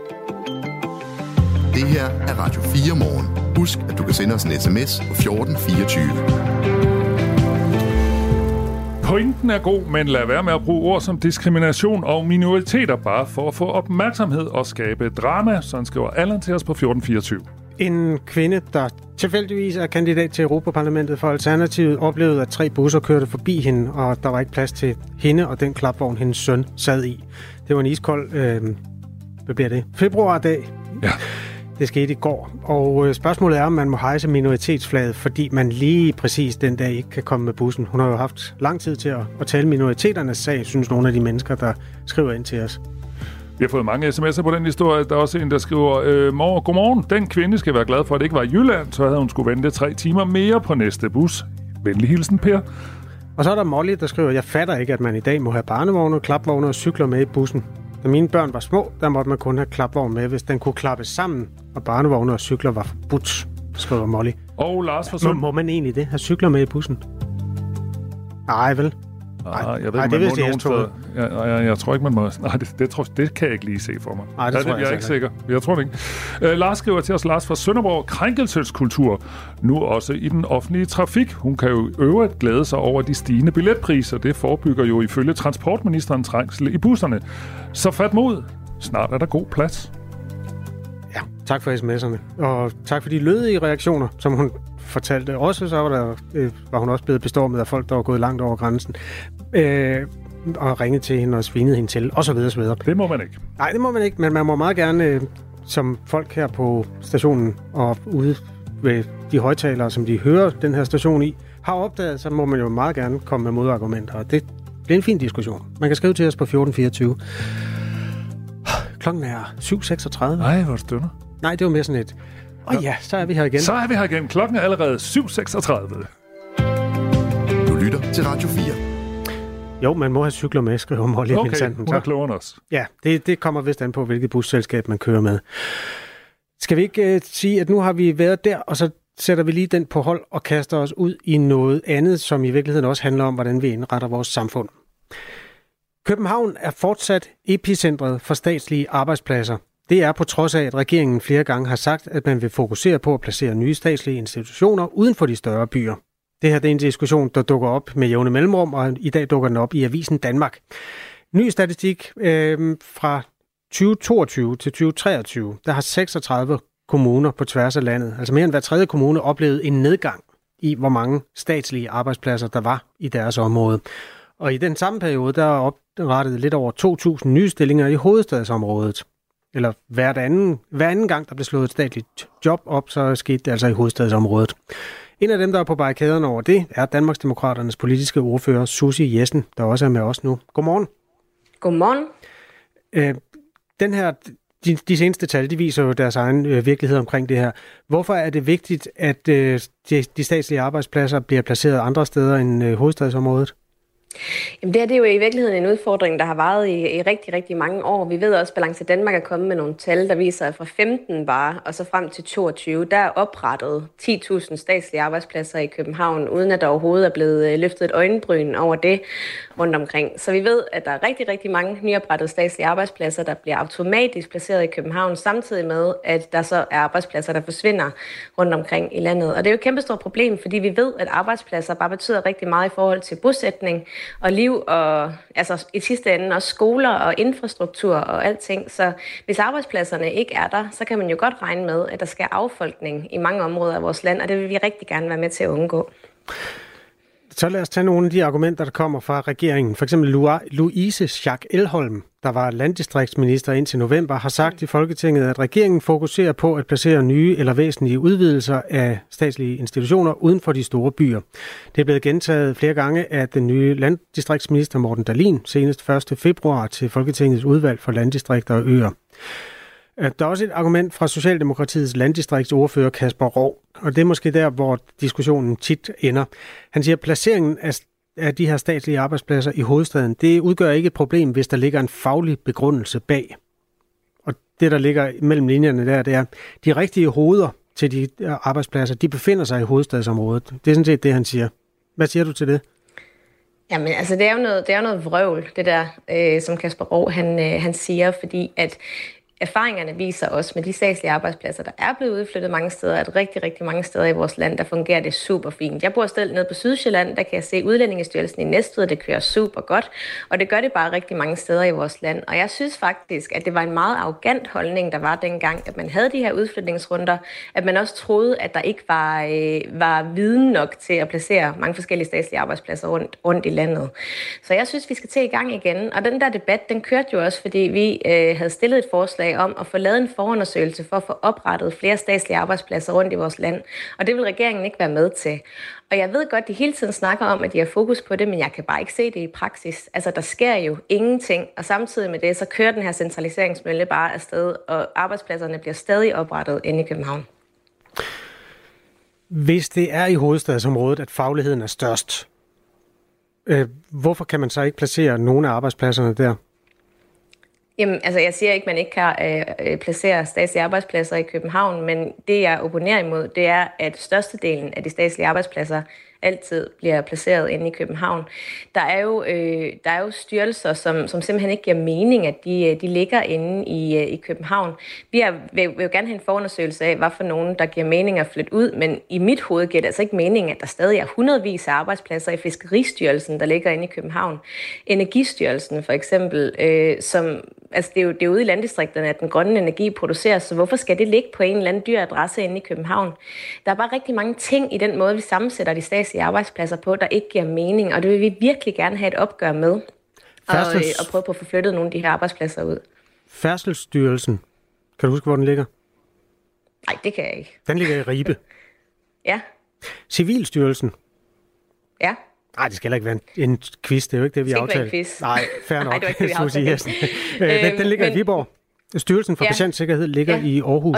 Det her er Radio 4 morgen. Husk, at du kan sende os en sms på 1424. Pointen er god, men lad være med at bruge ord som diskrimination og minoriteter bare for at få opmærksomhed og skabe drama, sådan skriver Allan til os på 1424. En kvinde, der tilfældigvis er kandidat til Europaparlamentet for Alternativet, oplevede, at 3 busser kørte forbi hende, og der var ikke plads til hende og den klapvogn, hendes søn sad i. Det var en iskold, hvad bliver det? Februardag. Ja. Det skete i går, og spørgsmålet er, om man må hejse minoritetsflaget, fordi man lige præcis den dag ikke kan komme med bussen. Hun har jo haft lang tid til at tale minoriteternes sag, synes nogle af de mennesker, der skriver ind til os. Vi har fået mange sms'er på den historie. Der er også en, der skriver, godmorgen, den kvinde skal være glad for, at det ikke var i Jylland, så havde hun skulle vente 3 timer mere på næste bus. Venlig hilsen, Per. Og så er der Molly, der skriver, jeg fatter ikke, at man i dag må have barnevogne, klapvogne og cykler med i bussen. Da mine børn var små, der måtte man kun have klapvogn med, hvis den kunne klappes sammen, og barnevogne og cykler var forbudt, skriver Molly. Og Lars fra Må man egentlig det? Have cykler med i bussen? Nej, vel? Nej, jeg ved ikke, man må nogen steder. Jeg tror ikke, man må. Nej, det kan jeg ikke lige se for mig. Nej, det tror jeg er ikke sikker. Jeg tror det ikke. Lars skriver til os, Lars fra Sønderborg, krænkelseskultur, nu også i den offentlige trafik. Hun kan jo øvrigt glæde sig over de stigende billetpriser. Det forebygger jo ifølge transportministeren trængsel i busserne. Så fat mod. Snart er der god plads. Ja, tak for sms'erne. Og tak for de lødige reaktioner, som hun fortalte. Også så var hun også blevet bestormet af folk, der var gået langt over grænsen. Og ringet til hende og svinede hende til, og så videre, så videre. Det må man ikke. Nej, det må man ikke, men man må meget gerne, som folk her på stationen og ude ved de højtalere, som de hører den her station i, har opdaget, så må man jo meget gerne komme med modargumenter, og det bliver en fin diskussion. Man kan skrive til os på 1424. Klokken er 7.36. Nej, hvor stønner. Nej, det var mere sådan et... ja, så er vi her igen. Så er vi her igen. Klokken er allerede 7.36. Du lytter til Radio 4. Jo, man må have cykler med, skriver Molly. Okay, hun er klogere end os. Ja, det kommer vist an på, hvilket busselskab man kører med. Skal vi ikke sige, at nu har vi været der, og så sætter vi lige den på hold og kaster os ud i noget andet, som i virkeligheden også handler om, hvordan vi indretter vores samfund. København er fortsat epicentret for statslige arbejdspladser. Det er på trods af, at regeringen flere gange har sagt, at man vil fokusere på at placere nye statslige institutioner uden for de større byer. Det her det er en diskussion, der dukker op med jævne mellemrum, og i dag dukker den op i Avisen Danmark. Ny statistik fra 2022 til 2023, der har 36 kommuner på tværs af landet, altså mere end hver tredje kommune, oplevet en nedgang i, hvor mange statslige arbejdspladser der var i deres område. Og i den samme periode, der er oprettet lidt over 2.000 nye stillinger i hovedstadsområdet. Eller hver anden gang, der blev slået et statligt job op, så skete det altså i hovedstadsområdet. En af dem, der er på barrikaderne over det, er Danmarksdemokraternes politiske ordfører, Susie Jessen, der også er med os nu. Godmorgen. Godmorgen. Den her, de seneste tal, de viser jo deres egen virkelighed omkring det her. Hvorfor er det vigtigt, at de statslige arbejdspladser bliver placeret andre steder end hovedstadsområdet? Jamen det er jo i virkeligheden en udfordring, der har varet i rigtig, rigtig mange år. Vi ved også, at Balance Danmark er kommet med nogle tal, der viser, at fra 15 bare, og så frem til 22, der er oprettet 10.000 statslige arbejdspladser i København, uden at der overhovedet er blevet løftet et øjenbryn over det rundt omkring. Så vi ved, at der er rigtig, rigtig mange nyoprettede statslige arbejdspladser, der bliver automatisk placeret i København, samtidig med, at der så er arbejdspladser, der forsvinder rundt omkring i landet. Og det er jo et kæmpestort problem, fordi vi ved, at arbejdspladser bare betyder rigtig meget i forhold til bosætning og liv, og altså i sidste ende også skoler og infrastruktur og alting. Så hvis arbejdspladserne ikke er der, så kan man jo godt regne med, at der skal affolkning i mange områder af vores land, og det vil vi rigtig gerne være med til at undgå. Så lad os tage nogle af de argumenter, der kommer fra regeringen. For eksempel Louise Schack Elholm, der var landdistriktsminister indtil november, har sagt i Folketinget, at regeringen fokuserer på at placere nye eller væsentlige udvidelser af statslige institutioner uden for de store byer. Det er blevet gentaget flere gange af den nye landdistriktsminister Morten Dahlin, senest 1. februar til Folketingets udvalg for landdistrikter og øer. Der er også et argument fra Socialdemokratiets landdistriktsordfører Kasper Roug, og det er måske der, hvor diskussionen tit ender. Han siger, at placeringen af af de her statslige arbejdspladser i hovedstaden, det udgør ikke et problem, hvis der ligger en faglig begrundelse bag. Og det, der ligger mellem linjerne der, det er, de rigtige hoveder til de arbejdspladser, de befinder sig i hovedstadsområdet. Det er sådan set det, han siger. Hvad siger du til det? Jamen, altså, det er jo noget vrøvl, det der, som Kasper Roug, han siger, fordi at erfaringerne viser også med de statslige arbejdspladser, der er blevet udflyttet mange steder, at rigtig, rigtig mange steder i vores land, der fungerer det super fint. Jeg bor selv nede på Sydsjælland, der kan jeg se Udlændingestyrelsen i Næstved, det kører super godt, og det gør det bare rigtig mange steder i vores land. Og jeg synes faktisk, at det var en meget arrogant holdning, der var dengang, at man havde de her udflytningsrunder, at man også troede, at der ikke var viden nok til at placere mange forskellige statslige arbejdspladser rundt i landet. Så jeg synes, vi skal til i gang igen. Og den der debat, den kørte jo også, fordi vi havde stillet et forslag om at få lavet en forundersøgelse for at få oprettet flere statslige arbejdspladser rundt i vores land. Og det vil regeringen ikke være med til. Og jeg ved godt, at de hele tiden snakker om, at de har fokus på det, men jeg kan bare ikke se det i praksis. Altså, der sker jo ingenting, og samtidig med det, så kører den her centraliseringsmølle bare afsted, og arbejdspladserne bliver stadig oprettet inde i København. Hvis det er i hovedstadsområdet, at fagligheden er størst, hvorfor kan man så ikke placere nogle af arbejdspladserne der? Jamen, altså jeg siger ikke, at man ikke kan placere statslige arbejdspladser i København, men det jeg opponerer imod, det er, at størstedelen af de statslige arbejdspladser altid bliver placeret inde i København. Der er jo styrelser, som simpelthen ikke giver mening, at de ligger inde i København. Vi vil jo gerne have en forundersøgelse af, hvad for nogen, der giver mening at flytte ud, men i mit hoved giver det altså ikke mening, at der stadig er hundredvis af arbejdspladser i Fiskeristyrelsen, der ligger inde i København. Energistyrelsen for eksempel, altså det er jo ude i landdistrikterne, at den grønne energi produceres, så hvorfor skal det ligge på en eller anden dyr adresse inde i København? Der er bare rigtig mange ting i den måde, vi sammensætter de statslige arbejdspladser på, der ikke giver mening, og det vil vi virkelig gerne have et opgør med, og prøve på at få flyttet nogle af de her arbejdspladser ud. Færdselsstyrelsen, kan du huske, hvor den ligger? Nej, det kan jeg ikke. Den ligger i Ribe. Ja. Civilstyrelsen? Ja. Nej, det skal heller ikke være en quiz, det er jo ikke det, vi har aftalt. Nej, fair nok. Nej, det var ikke det, vi aftalt. Den ligger i Viborg. Styrelsen for Patientsikkerhed ligger i Aarhus.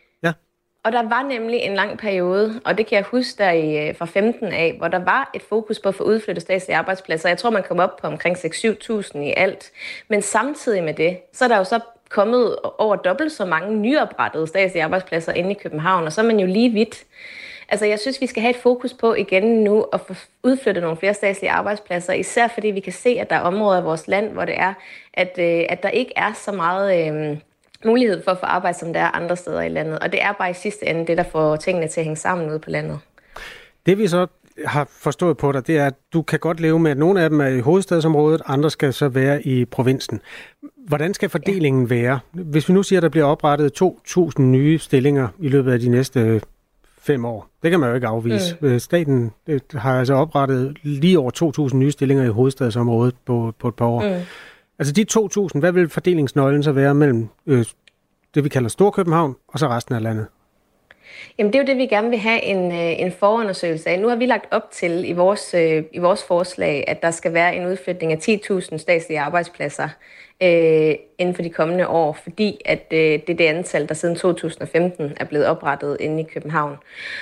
Og der var nemlig en lang periode, og det kan jeg huske der fra 15 af, hvor der var et fokus på at få udflyttet statslige arbejdspladser. Jeg tror, man kom op på omkring 6-7.000 i alt. Men samtidig med det, så er der jo så kommet over dobbelt så mange nyoprettede statslige arbejdspladser inde i København, og så er man jo lige vidt. Altså, jeg synes, vi skal have et fokus på igen nu at få udflyttet nogle flere statslige arbejdspladser, især fordi vi kan se, at der er områder af vores land, hvor det er, at der ikke er så meget mulighed for at få arbejde, som der er andre steder i landet. Og det er bare i sidste ende det, der får tingene til at hænge sammen ude på landet. Det vi så har forstået på dig, det er, at du kan godt leve med, at nogle af dem er i hovedstadsområdet, andre skal så være i provinsen. Hvordan skal fordelingen være? Hvis vi nu siger, at der bliver oprettet 2.000 nye stillinger i løbet af de næste 5 år. Det kan man jo ikke afvise. Staten har altså oprettet lige over 2.000 nye stillinger i hovedstadsområdet på et par år. Altså de 2.000, hvad vil fordelingsnøglen så være mellem det, vi kalder Storkøbenhavn, og så resten af landet? Jamen det er jo det, vi gerne vil have en forundersøgelse af. Nu har vi lagt op til i vores forslag, at der skal være en udflytning af 10.000 statslige arbejdspladser inden for de kommende år, fordi at det er det antal, der siden 2015 er blevet oprettet inde i København.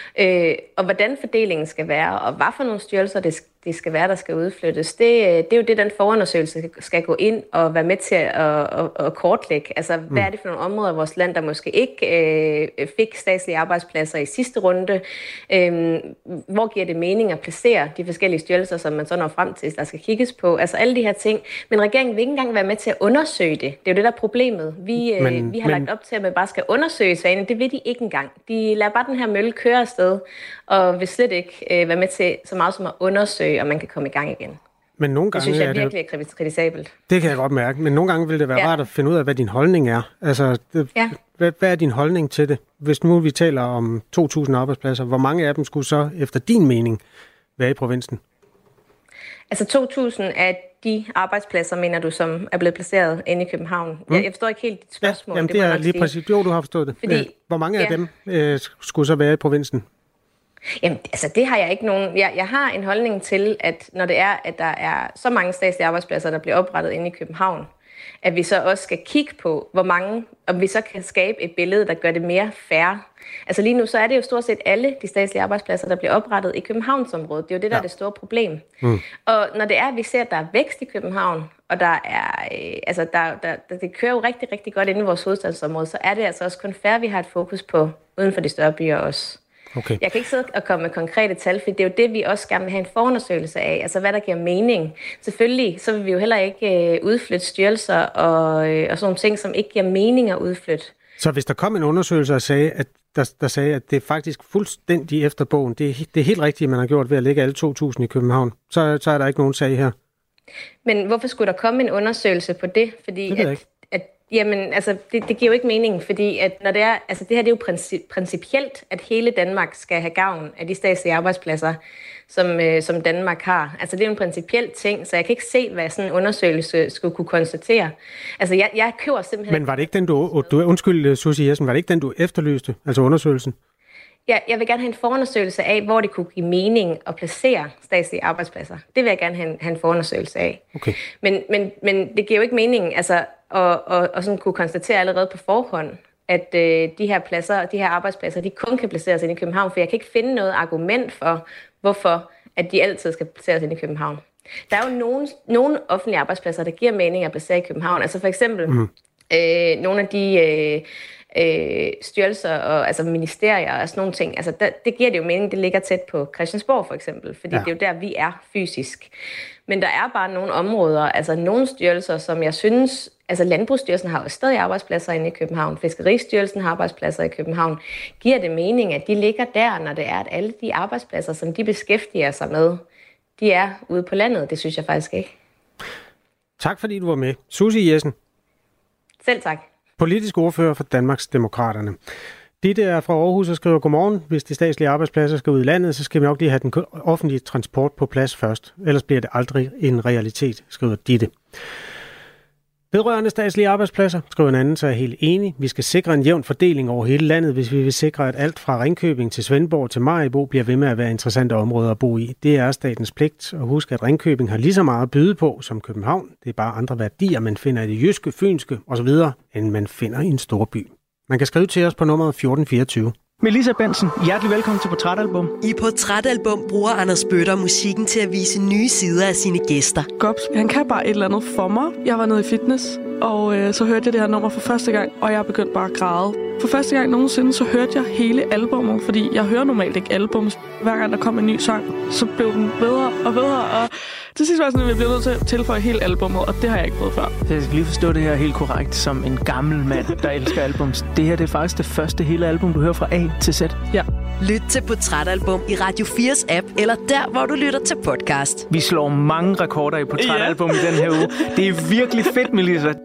Og hvordan fordelingen skal være, og hvad for nogle styrelser det skal være, der skal udflyttes, det er jo det, den forundersøgelse skal gå ind og være med til at kortlægge. Altså, hvad er det for nogle områder af vores land, der måske ikke fik statslige arbejdspladser i sidste runde? Hvor giver det mening at placere de forskellige styrelser, som man så når frem til, der skal kigges på? Altså alle de her ting. Men regeringen vil ikke engang være med til at undersøge det. Det er jo det, der er problemet. Vi har lagt op til, at man bare skal undersøge sagerne. Det vil de ikke engang. De lader bare den her mølle køre afsted, og vil slet ikke være med til så meget som at undersøge, om man kan komme i gang igen. Men nogle gange det synes jeg virkelig er kritisabelt. Det kan jeg godt mærke, men nogle gange vil det være rart at finde ud af, hvad din holdning er. Altså, hvad er din holdning til det? Hvis nu vi taler om 2.000 arbejdspladser, hvor mange af dem skulle så, efter din mening, være i provinsen? Altså 2.000 af de arbejdspladser, mener du, som er blevet placeret inde i København? Jeg forstår ikke helt dit spørgsmål. Jamen, det er lige præcis. Jo, du har forstået det. Fordi, hvor mange af dem skulle så være i provinsen? Jamen, altså det har jeg ikke nogen. Jeg har en holdning til, at når det er, at der er så mange statslige arbejdspladser, der bliver oprettet inde i København, at vi så også skal kigge på, hvor mange, om vi så kan skabe et billede, der gør det mere fair. Altså lige nu, så er det jo stort set alle de statslige arbejdspladser, der bliver oprettet i Københavnsområdet. Det er jo det, der er det store problem. Og når det er, at vi ser, at der er vækst i København, og der er, det kører jo rigtig, rigtig godt inde i vores hovedstadsområde, så er det altså også kun fair, at vi har et fokus på uden for de større byer også. Okay. Jeg kan ikke sidde og komme med konkrete tal, for det er jo det, vi også gerne vil have en forundersøgelse af, altså hvad der giver mening. Selvfølgelig, så vil vi jo heller ikke udflytte styrelser og sådan nogle ting, som ikke giver mening at udflytte. Så hvis der kom en undersøgelse og sagde, at der sagde, at det er faktisk fuldstændig efter bogen, det er helt rigtigt, man har gjort ved at lægge alle 2.000 i København, så er der ikke nogen sag her. Men hvorfor skulle der komme en undersøgelse på det? Fordi det jamen, altså, det giver jo ikke mening, fordi at når det er, altså det her det er jo principielt, at hele Danmark skal have gavn af de statslige arbejdspladser, som Danmark har. Altså det er jo en principiel ting, så jeg kan ikke se, hvad sådan en undersøgelse skulle kunne konstatere. Altså jeg køber simpelthen... Men var det ikke den, undskyld Susie Jessen, var det ikke den, du efterlyste, altså undersøgelsen? Ja, jeg vil gerne have en forundersøgelse af, hvor det kunne give mening at placere statslige arbejdspladser. Det vil jeg gerne have en forundersøgelse af. Okay. Men det giver jo ikke mening, altså og sådan kunne konstatere allerede på forhånd, at de her pladser og de her arbejdspladser, de kun kan placeres ind i København, for jeg kan ikke finde noget argument for, hvorfor at de altid skal placeres ind i København. Der er jo nogle offentlige arbejdspladser, der giver mening at placere i København. Altså for eksempel nogle af de styrelser og altså ministerier og sådan nogle ting. Altså det giver det jo mening, det ligger tæt på Christiansborg for eksempel, fordi det er jo der, vi er fysisk. Men der er bare nogle områder, altså nogle styrelser, som jeg synes, altså Landbrugsstyrelsen har jo stadig arbejdspladser inde i København, Fiskeristyrelsen har arbejdspladser i København. Giver det mening, at de ligger der, når det er, at alle de arbejdspladser, som de beskæftiger sig med, de er ude på landet? Det synes jeg faktisk ikke. Tak fordi du var med. Susie Jessen. Selv tak. Politisk ordfører for Danmarks Demokraterne. Ditte er fra Aarhus og skriver, godmorgen. Hvis de statslige arbejdspladser skal ud i landet, så skal vi nok lige have den offentlige transport på plads først. Ellers bliver det aldrig en realitet, skriver Ditte. Vedrørende statslige arbejdspladser, skriver en anden, så er jeg helt enig. Vi skal sikre en jævn fordeling over hele landet, hvis vi vil sikre, at alt fra Ringkøbing til Svendborg til Maribo bliver ved med at være interessante områder at bo i. Det er statens pligt. Og husk, at Ringkøbing har lige så meget at byde på som København. Det er bare andre værdier, man finder i det jyske, fynske osv., end man finder i en stor by. Man kan skrive til os på nummeret 1424. Melissa Bensen, hjertelig velkommen til Portrætalbum. I Portrætalbum bruger Anders Bøtter musikken til at vise nye sider af sine gæster. Gops, han kan bare et eller andet for mig. Jeg var nede i fitness, og så hørte jeg det her nummer for første gang, og jeg begyndte bare at græde. For første gang nogensinde, så hørte jeg hele albumet, fordi jeg hører normalt ikke albums. Hver gang der kom en ny sang, så blev den bedre og bedre, og til sidst var sådan, at vi blev nødt til at tilføje hele albumet, og det har jeg ikke prøvet før. Jeg skal lige forstå det her helt korrekt, som en gammel mand, der elsker albums. Det her det er faktisk det første hele album, du hører fra A til Z. Ja. Lyt til Portrætalbum i Radio 4's app, eller der, hvor du lytter til podcast. Vi slår mange rekorder i Portrætalbum i den her uge. Det er virkelig fedt, Melissa.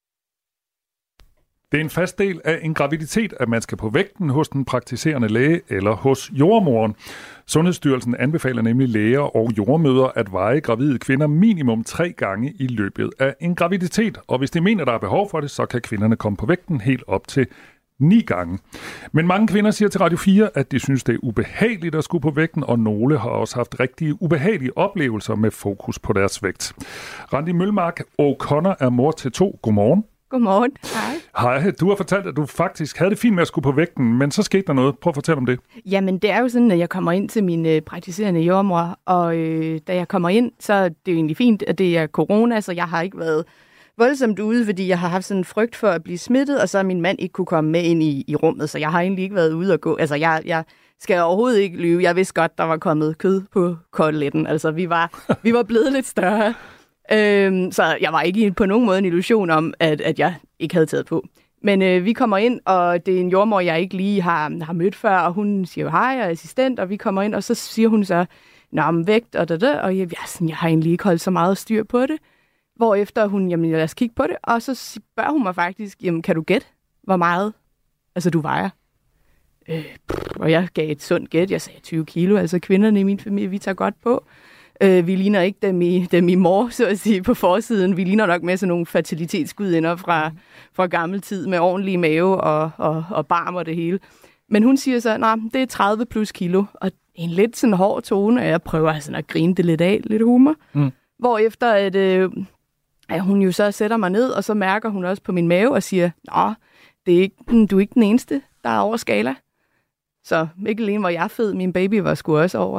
Det er en fast del af en graviditet, at man skal på vægten hos den praktiserende læge eller hos jordemoderen. Sundhedsstyrelsen anbefaler nemlig læger og jordemødre at veje gravide kvinder minimum 3 gange i løbet af en graviditet. Og hvis de mener, der er behov for det, så kan kvinderne komme på vægten helt op til 9 gange. Men mange kvinder siger til Radio 4, at de synes, det er ubehageligt at skulle på vægten, og nogle har også haft rigtig ubehagelige oplevelser med fokus på deres vægt. Randi Mølmark O'Connor er mor til 2. Godmorgen. Godmorgen. Hej. Du har fortalt, at du faktisk havde det fint med at skulle på vægten, men så skete der noget. Prøv at fortælle om det. Jamen, det er jo sådan, at jeg kommer ind til min praktiserende jordemor, og da jeg kommer ind, så er det jo egentlig fint, at det er corona, så jeg har ikke været voldsomt ude, fordi jeg har haft sådan en frygt for at blive smittet, og så er min mand ikke kunne komme med ind i rummet, så jeg har egentlig ikke været ude og gå. Altså, jeg skal overhovedet ikke lyve. Jeg vidste godt, der var kommet kød på koteletten. Altså, vi var blevet lidt større. Så jeg var ikke på nogen måde en illusion om, at jeg ikke havde taget på. Men vi kommer ind, og det er en jordemor, jeg ikke lige har mødt før, og hun siger jo hej, og assistent, og vi kommer ind, og så siger hun så, om vægt og og jeg har egentlig ikke holdt så meget styr på det. Hvorefter hun, jamen lad os kigge på det, og så spørger hun mig faktisk, jamen kan du gætte, hvor meget du vejer? Og jeg gav et sundt gæt, jeg sagde 20 kilo, altså kvinderne i min familie, vi tager godt på. Vi ligner ikke dem i mor, så at sige, på forsiden. Vi ligner nok med sådan nogle fertilitetsgudinder fra gammel tid med ordentlig mave og barm og det hele. Men hun siger så, nej, det er 30 plus kilo, og en lidt sådan hård tone, og jeg prøver sådan at grine det lidt af, lidt humor. Hvorefter at hun jo så sætter mig ned, og så mærker hun også på min mave og siger, nå, du er ikke den eneste, der er over skala. Så ikke alene var jeg fed, min baby var sgu også over.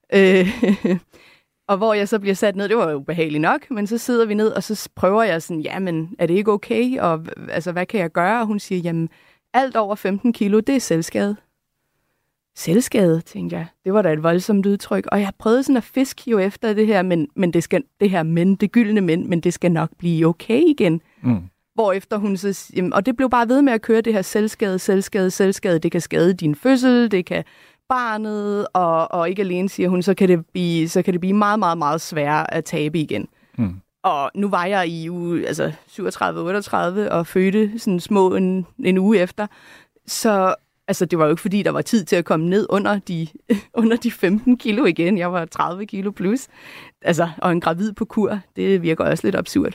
Og hvor jeg så bliver sat ned, det var jo ubehageligt nok, men så sidder vi ned, og så prøver jeg sådan, jamen, er det ikke okay? Og altså, hvad kan jeg gøre? Og hun siger, jamen, alt over 15 kilo, det er selvskade. Selvskade, tænkte jeg. Det var da et voldsomt udtryk. Og jeg prøvede sådan at fiske jo efter det her, det gyldne men det skal nok blive okay igen. Hvorefter hun så, jamen, og det blev bare ved med at køre det her selvskade. Det kan skade din fødsel, det kan barnet, og ikke alene, siger hun, så kan det blive meget, meget, meget sværere at tabe igen. Og nu var jeg i uge 37-38 og fødte sådan små en uge efter. Så altså, det var jo ikke, fordi der var tid til at komme ned under de 15 kilo igen. Jeg var 30 kilo plus. Altså, og en gravid på kur, det virker også lidt absurd.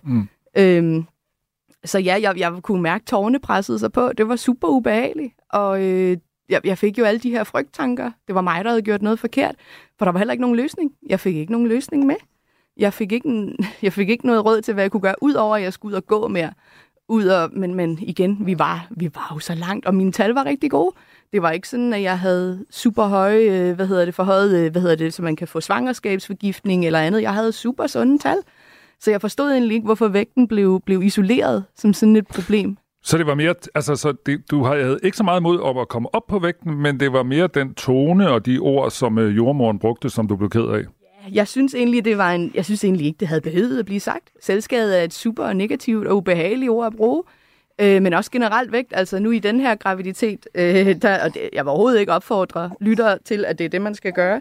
Så ja, jeg kunne mærke, at tårerne pressede sig på. Det var super ubehageligt. Og jeg fik jo alle de her frygttanker. Det var mig, der havde gjort noget forkert. For der var heller ikke nogen løsning. Jeg fik ikke nogen løsning med. Jeg fik ikke noget råd til, hvad jeg kunne gøre, udover at jeg skulle ud og gå mere. Men igen, vi var jo så langt, og mine tal var rigtig gode. Det var ikke sådan, at jeg havde super høje, forhøjet, så man kan få svangerskabsforgiftning eller andet. Jeg havde super sunde tal. Så jeg forstod egentlig ikke, hvorfor vægten blev isoleret som sådan et problem. Så det var mere, du havde ikke så meget imod om at komme op på vægten, men det var mere den tone og de ord, som jordmoren brugte, som du blev ked af? Jeg synes egentlig, ikke, det havde behøvet at blive sagt. Selvskade er et super negativt og ubehageligt ord at bruge. Men også generelt vægt. Altså nu i den her graviditet, jeg vil overhovedet ikke opfordre lyttere til, at det er det, man skal gøre.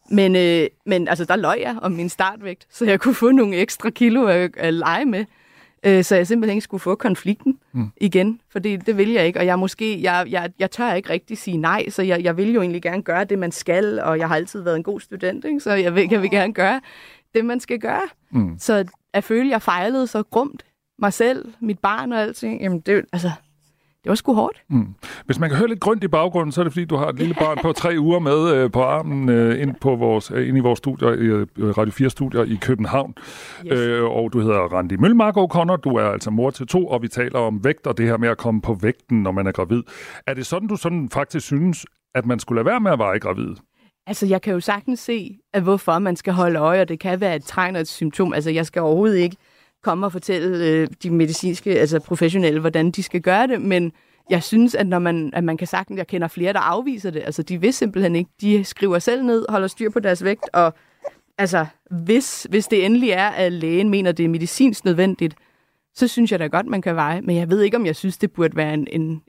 Men altså, der løj jeg om min startvægt, så jeg kunne få nogle ekstra kilo at lege med. Så jeg simpelthen ikke skulle få konflikten igen, for det vil jeg ikke. Og jeg tør ikke rigtig sige nej, så jeg vil jo egentlig gerne gøre det, man skal, og jeg har altid været en god student, ikke? Så jeg vil gerne gøre det, man skal gøre. Så at føle, at jeg fejlede så grumt, mig selv, mit barn og alting, jamen det var sgu hårdt. Hvis man kan høre lidt grønt i baggrunden, så er det fordi, du har et lille barn på 3 uger med på armen ind i vores studier, i Radio 4-studier i København. Yes. Og du hedder Randi Mølmark O'Connor, du er altså mor til 2, og vi taler om vægt og det her med at komme på vægten, når man er gravid. Er det sådan, du faktisk synes, at man skulle lade være med at være gravid? Altså, jeg kan jo sagtens se, at hvorfor man skal holde øje, og det kan være et tegn og et symptom. Altså, jeg skal overhovedet ikke komme og fortælle de medicinske, altså professionelle, hvordan de skal gøre det, men jeg synes, at når man kan sagtens, jeg kender flere, der afviser det, altså de vil simpelthen ikke, de skriver selv ned, holder styr på deres vægt, og altså, hvis det endelig er, at lægen mener, det er medicinsk nødvendigt, så synes jeg da godt, man kan veje, men jeg ved ikke, om jeg synes, det burde være en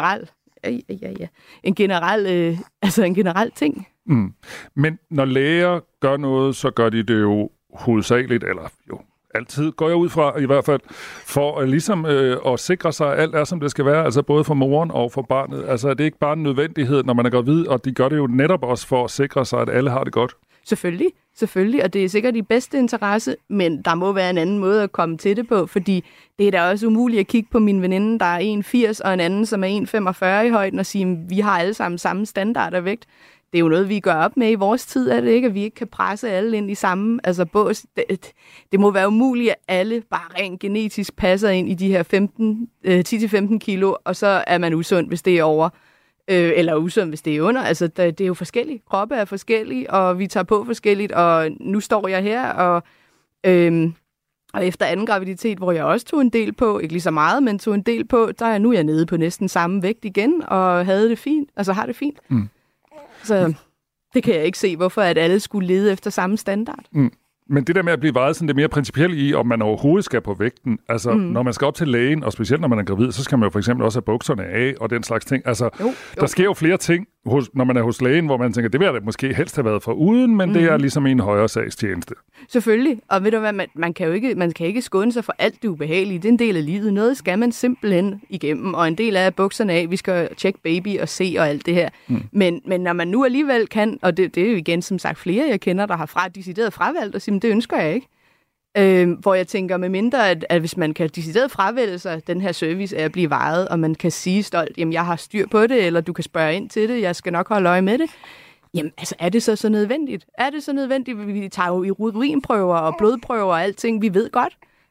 generel ting. Men når læger gør noget, så gør de det jo hovedsageligt, eller jo, altid går jeg ud fra, i hvert fald, for ligesom at sikre sig, at alt er, som det skal være, altså både for moren og for barnet. Altså, det er ikke bare en nødvendighed, når man er gravid, og de gør det jo netop også for at sikre sig, at alle har det godt. Selvfølgelig, og det er sikkert i bedste interesse, men der må være en anden måde at komme til det på, fordi det er da også umuligt at kigge på min veninde, der er 1,80 og en anden, som er 1,45 i højden, og sige, at vi har alle sammen samme standard af vægt. Det er jo noget, vi gør op med i vores tid, er det ikke? At vi ikke kan presse alle ind i samme bås. Det må være umuligt, at alle bare rent genetisk passer ind i de her 10-15 kilo, og så er man usund, hvis det er over, eller usund, hvis det er under. Altså, det er jo forskelligt. Kroppe er forskellige, og vi tager på forskelligt, og nu står jeg her, og efter anden graviditet, hvor jeg også tog en del på, ikke lige så meget, men tog en del på, nu er jeg nede på næsten samme vægt igen, og havde det fint, altså har det fint. Så det kan jeg ikke se, hvorfor at alle skulle lede efter samme standard. Men det der med at blive vejet sådan det mere principielt i, om man overhovedet skal på vægten, altså når man skal op til lægen, og specielt når man er gravid, så skal man jo for eksempel også have bukserne af og den slags ting. Altså, der sker jo flere ting, når man er hos lægen, hvor man tænker, det vil jeg da måske helst have været foruden, men det er ligesom en højere sagstjeneste. Selvfølgelig, og ved du hvad, man kan ikke skåne sig for alt det ubehagelige. Det er en del af livet. Noget skal man simpelthen igennem, og en del af bukserne af, vi skal tjekke baby og se og alt det her. Men når man nu alligevel kan, og det er jo igen som sagt flere, jeg kender, der har decideret fravalgt og siger, det ønsker jeg ikke. Hvor jeg tænker, med mindre, at hvis man kan decideret fravælge sig den her service af at blive vejet, og man kan sige stolt, jamen jeg har styr på det, eller du kan spørge ind til det, jeg skal nok holde øje med det. Jamen altså, er det så nødvendigt? Er det så nødvendigt? Vi tager jo i urinprøver og blodprøver og alting, vi ved godt.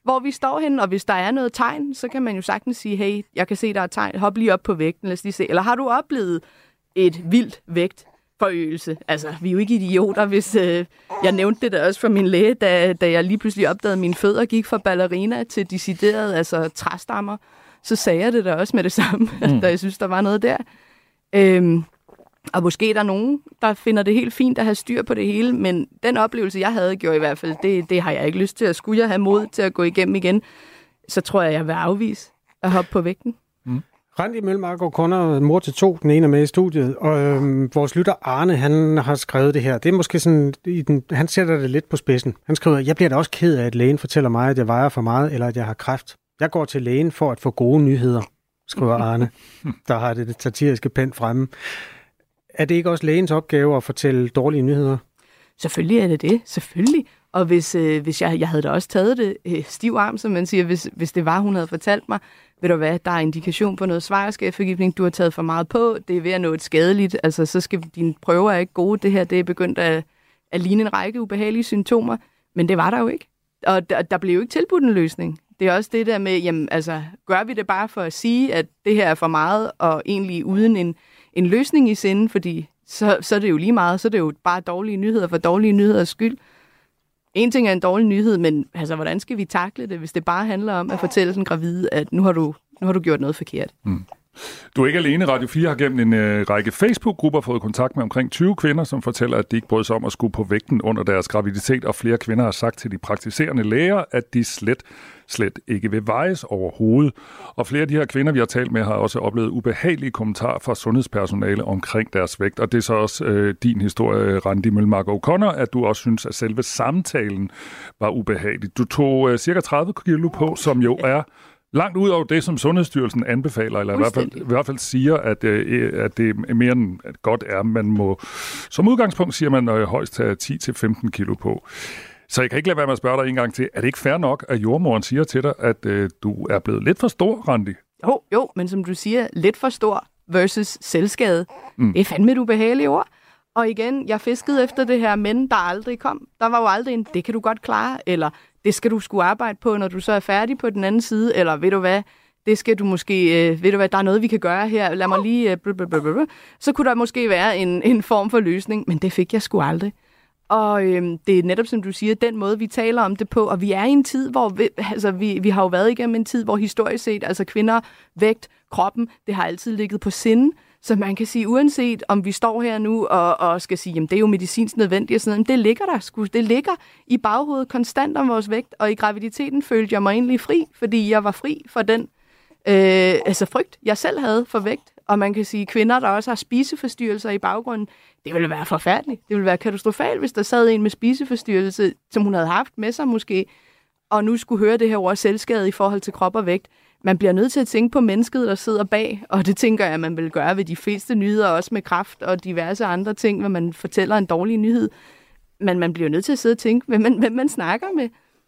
hvor vi står henne, og hvis der er noget tegn, så kan man jo sagtens sige, hey, jeg kan se, der er tegn, hop lige op på vægten, lad os lige se. Eller har du oplevet et vildt vægtforøgelse? Altså, vi er jo ikke idioter, hvis jeg nævnte det da også for min læge, da jeg lige pludselig opdagede, at mine fødder gik fra ballerina til decideret, altså træstammer, så sagde jeg det da også med det samme, da jeg synes, der var noget der. Og måske er der nogen, der finder det helt fint at have styr på det hele, men den oplevelse, jeg havde gjort i hvert fald, det har jeg ikke lyst til. At skulle jeg have mod til at gå igennem igen, så tror jeg vil afvise at hoppe på vægten. Randi Mølmark O'Connor, mor til 2, den ene er med i studiet, og vores lytter Arne, han har skrevet det her. Det er måske sådan, han sætter det lidt på spidsen. Han skriver, jeg bliver da også ked af, at lægen fortæller mig, at jeg vejer for meget, eller at jeg har kræft. Jeg går til lægen for at få gode nyheder, skriver Arne, der har det satiriske pen fremme. Er det ikke også lægens opgave at fortælle dårlige nyheder? Selvfølgelig er det det, selvfølgelig. Og hvis jeg havde da også taget det stiv arm, som man siger, hvis det var, hun havde fortalt mig, ved du hvad, der er indikation på noget svagerskabsforgiftning, du har taget for meget på, det er ved at nå et skadeligt, altså så skal dine prøver ikke gode, det her det er begyndt at ligne en række ubehagelige symptomer, men det var der jo ikke. Og der blev jo ikke tilbudt en løsning. Det er også det der med, jamen altså, gør vi det bare for at sige, at det her er for meget, og egentlig uden en løsning i sinde, fordi så er det jo lige meget, så er det jo bare dårlige nyheder for dårlige nyheders skyld. En ting er en dårlig nyhed, men altså, hvordan skal vi takle det, hvis det bare handler om at fortælle den gravide, at nu har du gjort noget forkert? Du er ikke alene. Radio 4 har gennem en række Facebook-grupper fået kontakt med omkring 20 kvinder, som fortæller, at de ikke brød sig om at skulle på vægten under deres graviditet, og flere kvinder har sagt til de praktiserende læger, at de slet ikke vil vejes overhovedet. Og flere af de her kvinder, vi har talt med, har også oplevet ubehagelige kommentarer fra sundhedspersonale omkring deres vægt. Og det er så også din historie, Randi Mølmark O'Connor, at du også synes, at selve samtalen var ubehagelig. Du tog cirka 30 kilo på, som jo er langt ud over det, som Sundhedsstyrelsen anbefaler, eller i hvert fald siger, at det er mere end godt er. Man må, som udgangspunkt siger man højst tage 10-15 kilo på. Så jeg kan ikke lade være med at spørge dig en gang til. Er det ikke fair nok, at jordmoren siger til dig, at du er blevet lidt for stor, Randi? Jo, men som du siger, lidt for stor versus selvskade. Det er fandme et ubehageligt ord. Og igen, jeg fiskede efter det her, men der aldrig kom. Der var jo aldrig en, det kan du godt klare, eller det skal du sgu arbejde på, når du så er færdig på den anden side, eller ved du hvad, det skal du måske, ved du hvad, der er noget, vi kan gøre her, lad mig lige, så kunne der måske være en form for løsning, men det fik jeg sgu aldrig. Og det er netop, som du siger, den måde, vi taler om det på, og vi er i en tid, hvor vi har jo været igennem en tid, hvor historisk set, altså kvinder, vægt, kroppen, det har altid ligget på sinde. Så man kan sige, uanset om vi står her nu og skal sige, jamen det er jo medicinsk nødvendigt, og sådan noget, det ligger der sgu. Det ligger i baghovedet konstant om vores vægt, og i graviditeten følte jeg mig egentlig fri, fordi jeg var fri for den frygt, jeg selv havde for vægt. Og man kan sige, kvinder, der også har spiseforstyrrelser i baggrunden, det ville være forfærdeligt. Det ville være katastrofalt, hvis der sad en med spiseforstyrrelse, som hun havde haft med sig måske, og nu skulle høre det her ord selvskade i forhold til krop og vægt. Man bliver nødt til at tænke på mennesket, der sidder bag, og det tænker jeg, at man vil gøre ved de fleste nyheder, også med kræft og diverse andre ting, hvor man fortæller en dårlig nyhed. Men man bliver nødt til at sidde og tænke, hvem man snakker med.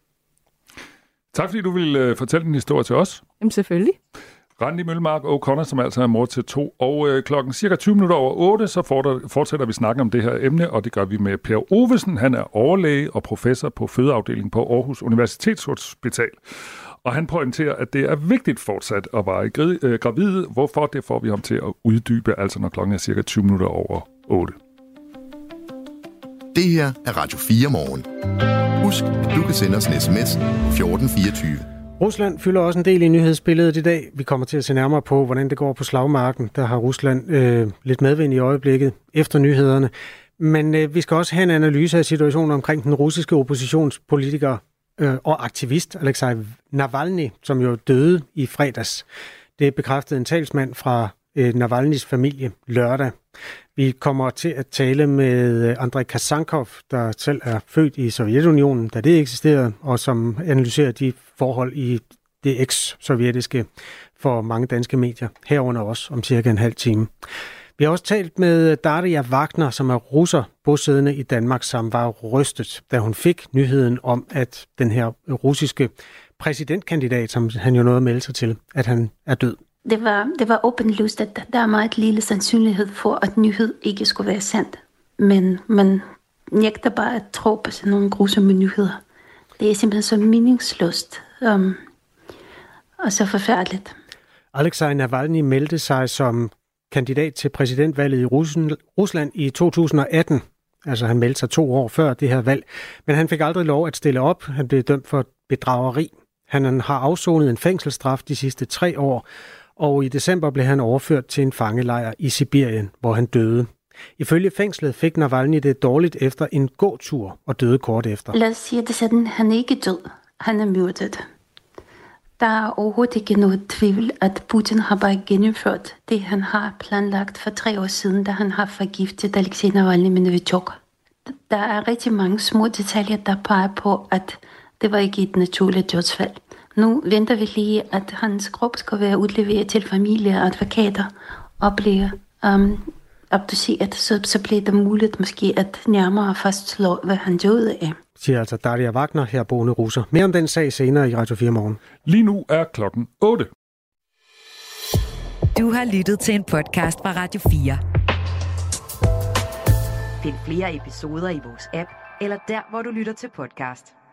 Tak fordi du ville fortælle din historie til os. Jamen selvfølgelig. Randi Mølmark O'Connor, som altså er mor til 2. Og klokken cirka 20 minutter over 8, så fortsætter vi snakken om det her emne, og det gør vi med Per Ovesen. Han er overlæge og professor på fødeafdelingen på Aarhus Universitetshospital. Og han pointerer, at det er vigtigt fortsat at være gravid. Hvorfor? Det får vi ham til at uddybe, altså når klokken er cirka 20 minutter over 8. Det her er Radio 4 morgen. Husk, at du kan sende os en sms 1424. Rusland fylder også en del i nyhedsbilledet i dag. Vi kommer til at se nærmere på, hvordan det går på slagmarken. Der har Rusland lidt medvind i øjeblikket efter nyhederne. Men vi skal også have en analyse af situationen omkring den russiske oppositionspolitiker og aktivist Alexej Navalny, som jo døde i fredags. Det bekræftede en talsmand fra Navalnys familie lørdag. Vi kommer til at tale med Andrei Kasankov, der selv er født i Sovjetunionen, da det eksisterede, og som analyserer de forhold i det eks-sovjetiske for mange danske medier, herunder også om cirka en halv time. Vi har også talt med Daria Wagner, som er russer bosiddende i Danmark, som var rystet, da hun fik nyheden om, at den her russiske præsidentkandidat, som han jo nåede at melde sig til, at han er død. Det var åbenlyst, at der er meget lille sandsynlighed for, at nyhed ikke skulle være sandt. Men man nægter bare at tro på sådan nogle grusomme nyheder. Det er simpelthen så meningsløst og så forfærdeligt. Alexej Navalny meldte sig som kandidat til præsidentvalget i Rusland i 2018. Altså han meldte sig 2 år før det her valg. Men han fik aldrig lov at stille op. Han blev dømt for bedrageri. Han har afsonet en fængselsstraf de sidste 3 år. Og i december blev han overført til en fangelejr i Sibirien, hvor han døde. Ifølge fængslet fik Navalny det dårligt efter en gåtur og døde kort efter. Lad os sige det sådan, han er ikke død. Han er myrdet. Der er overhovedet ikke noget tvivl, at Putin har bare gennemført det, han har planlagt for 3 år siden, da han har forgiftet Alexej Navalny med Novichok. Der er rigtig mange små detaljer, der peger på, at det var ikke et naturligt dødsfald. Nu venter vi lige, at hans krop skal være udleveret til familie og advokater og blive obduceret, så bliver det muligt måske at nærmere fastslå, hvad han døde af. Siger altså Daria Wagner, herboende russer. Mere om den sag senere i Radio 4 morgen. Lige nu er klokken 8. Du har lyttet til en podcast fra Radio 4. Find flere episoder i vores app, eller der, hvor du lytter til podcast.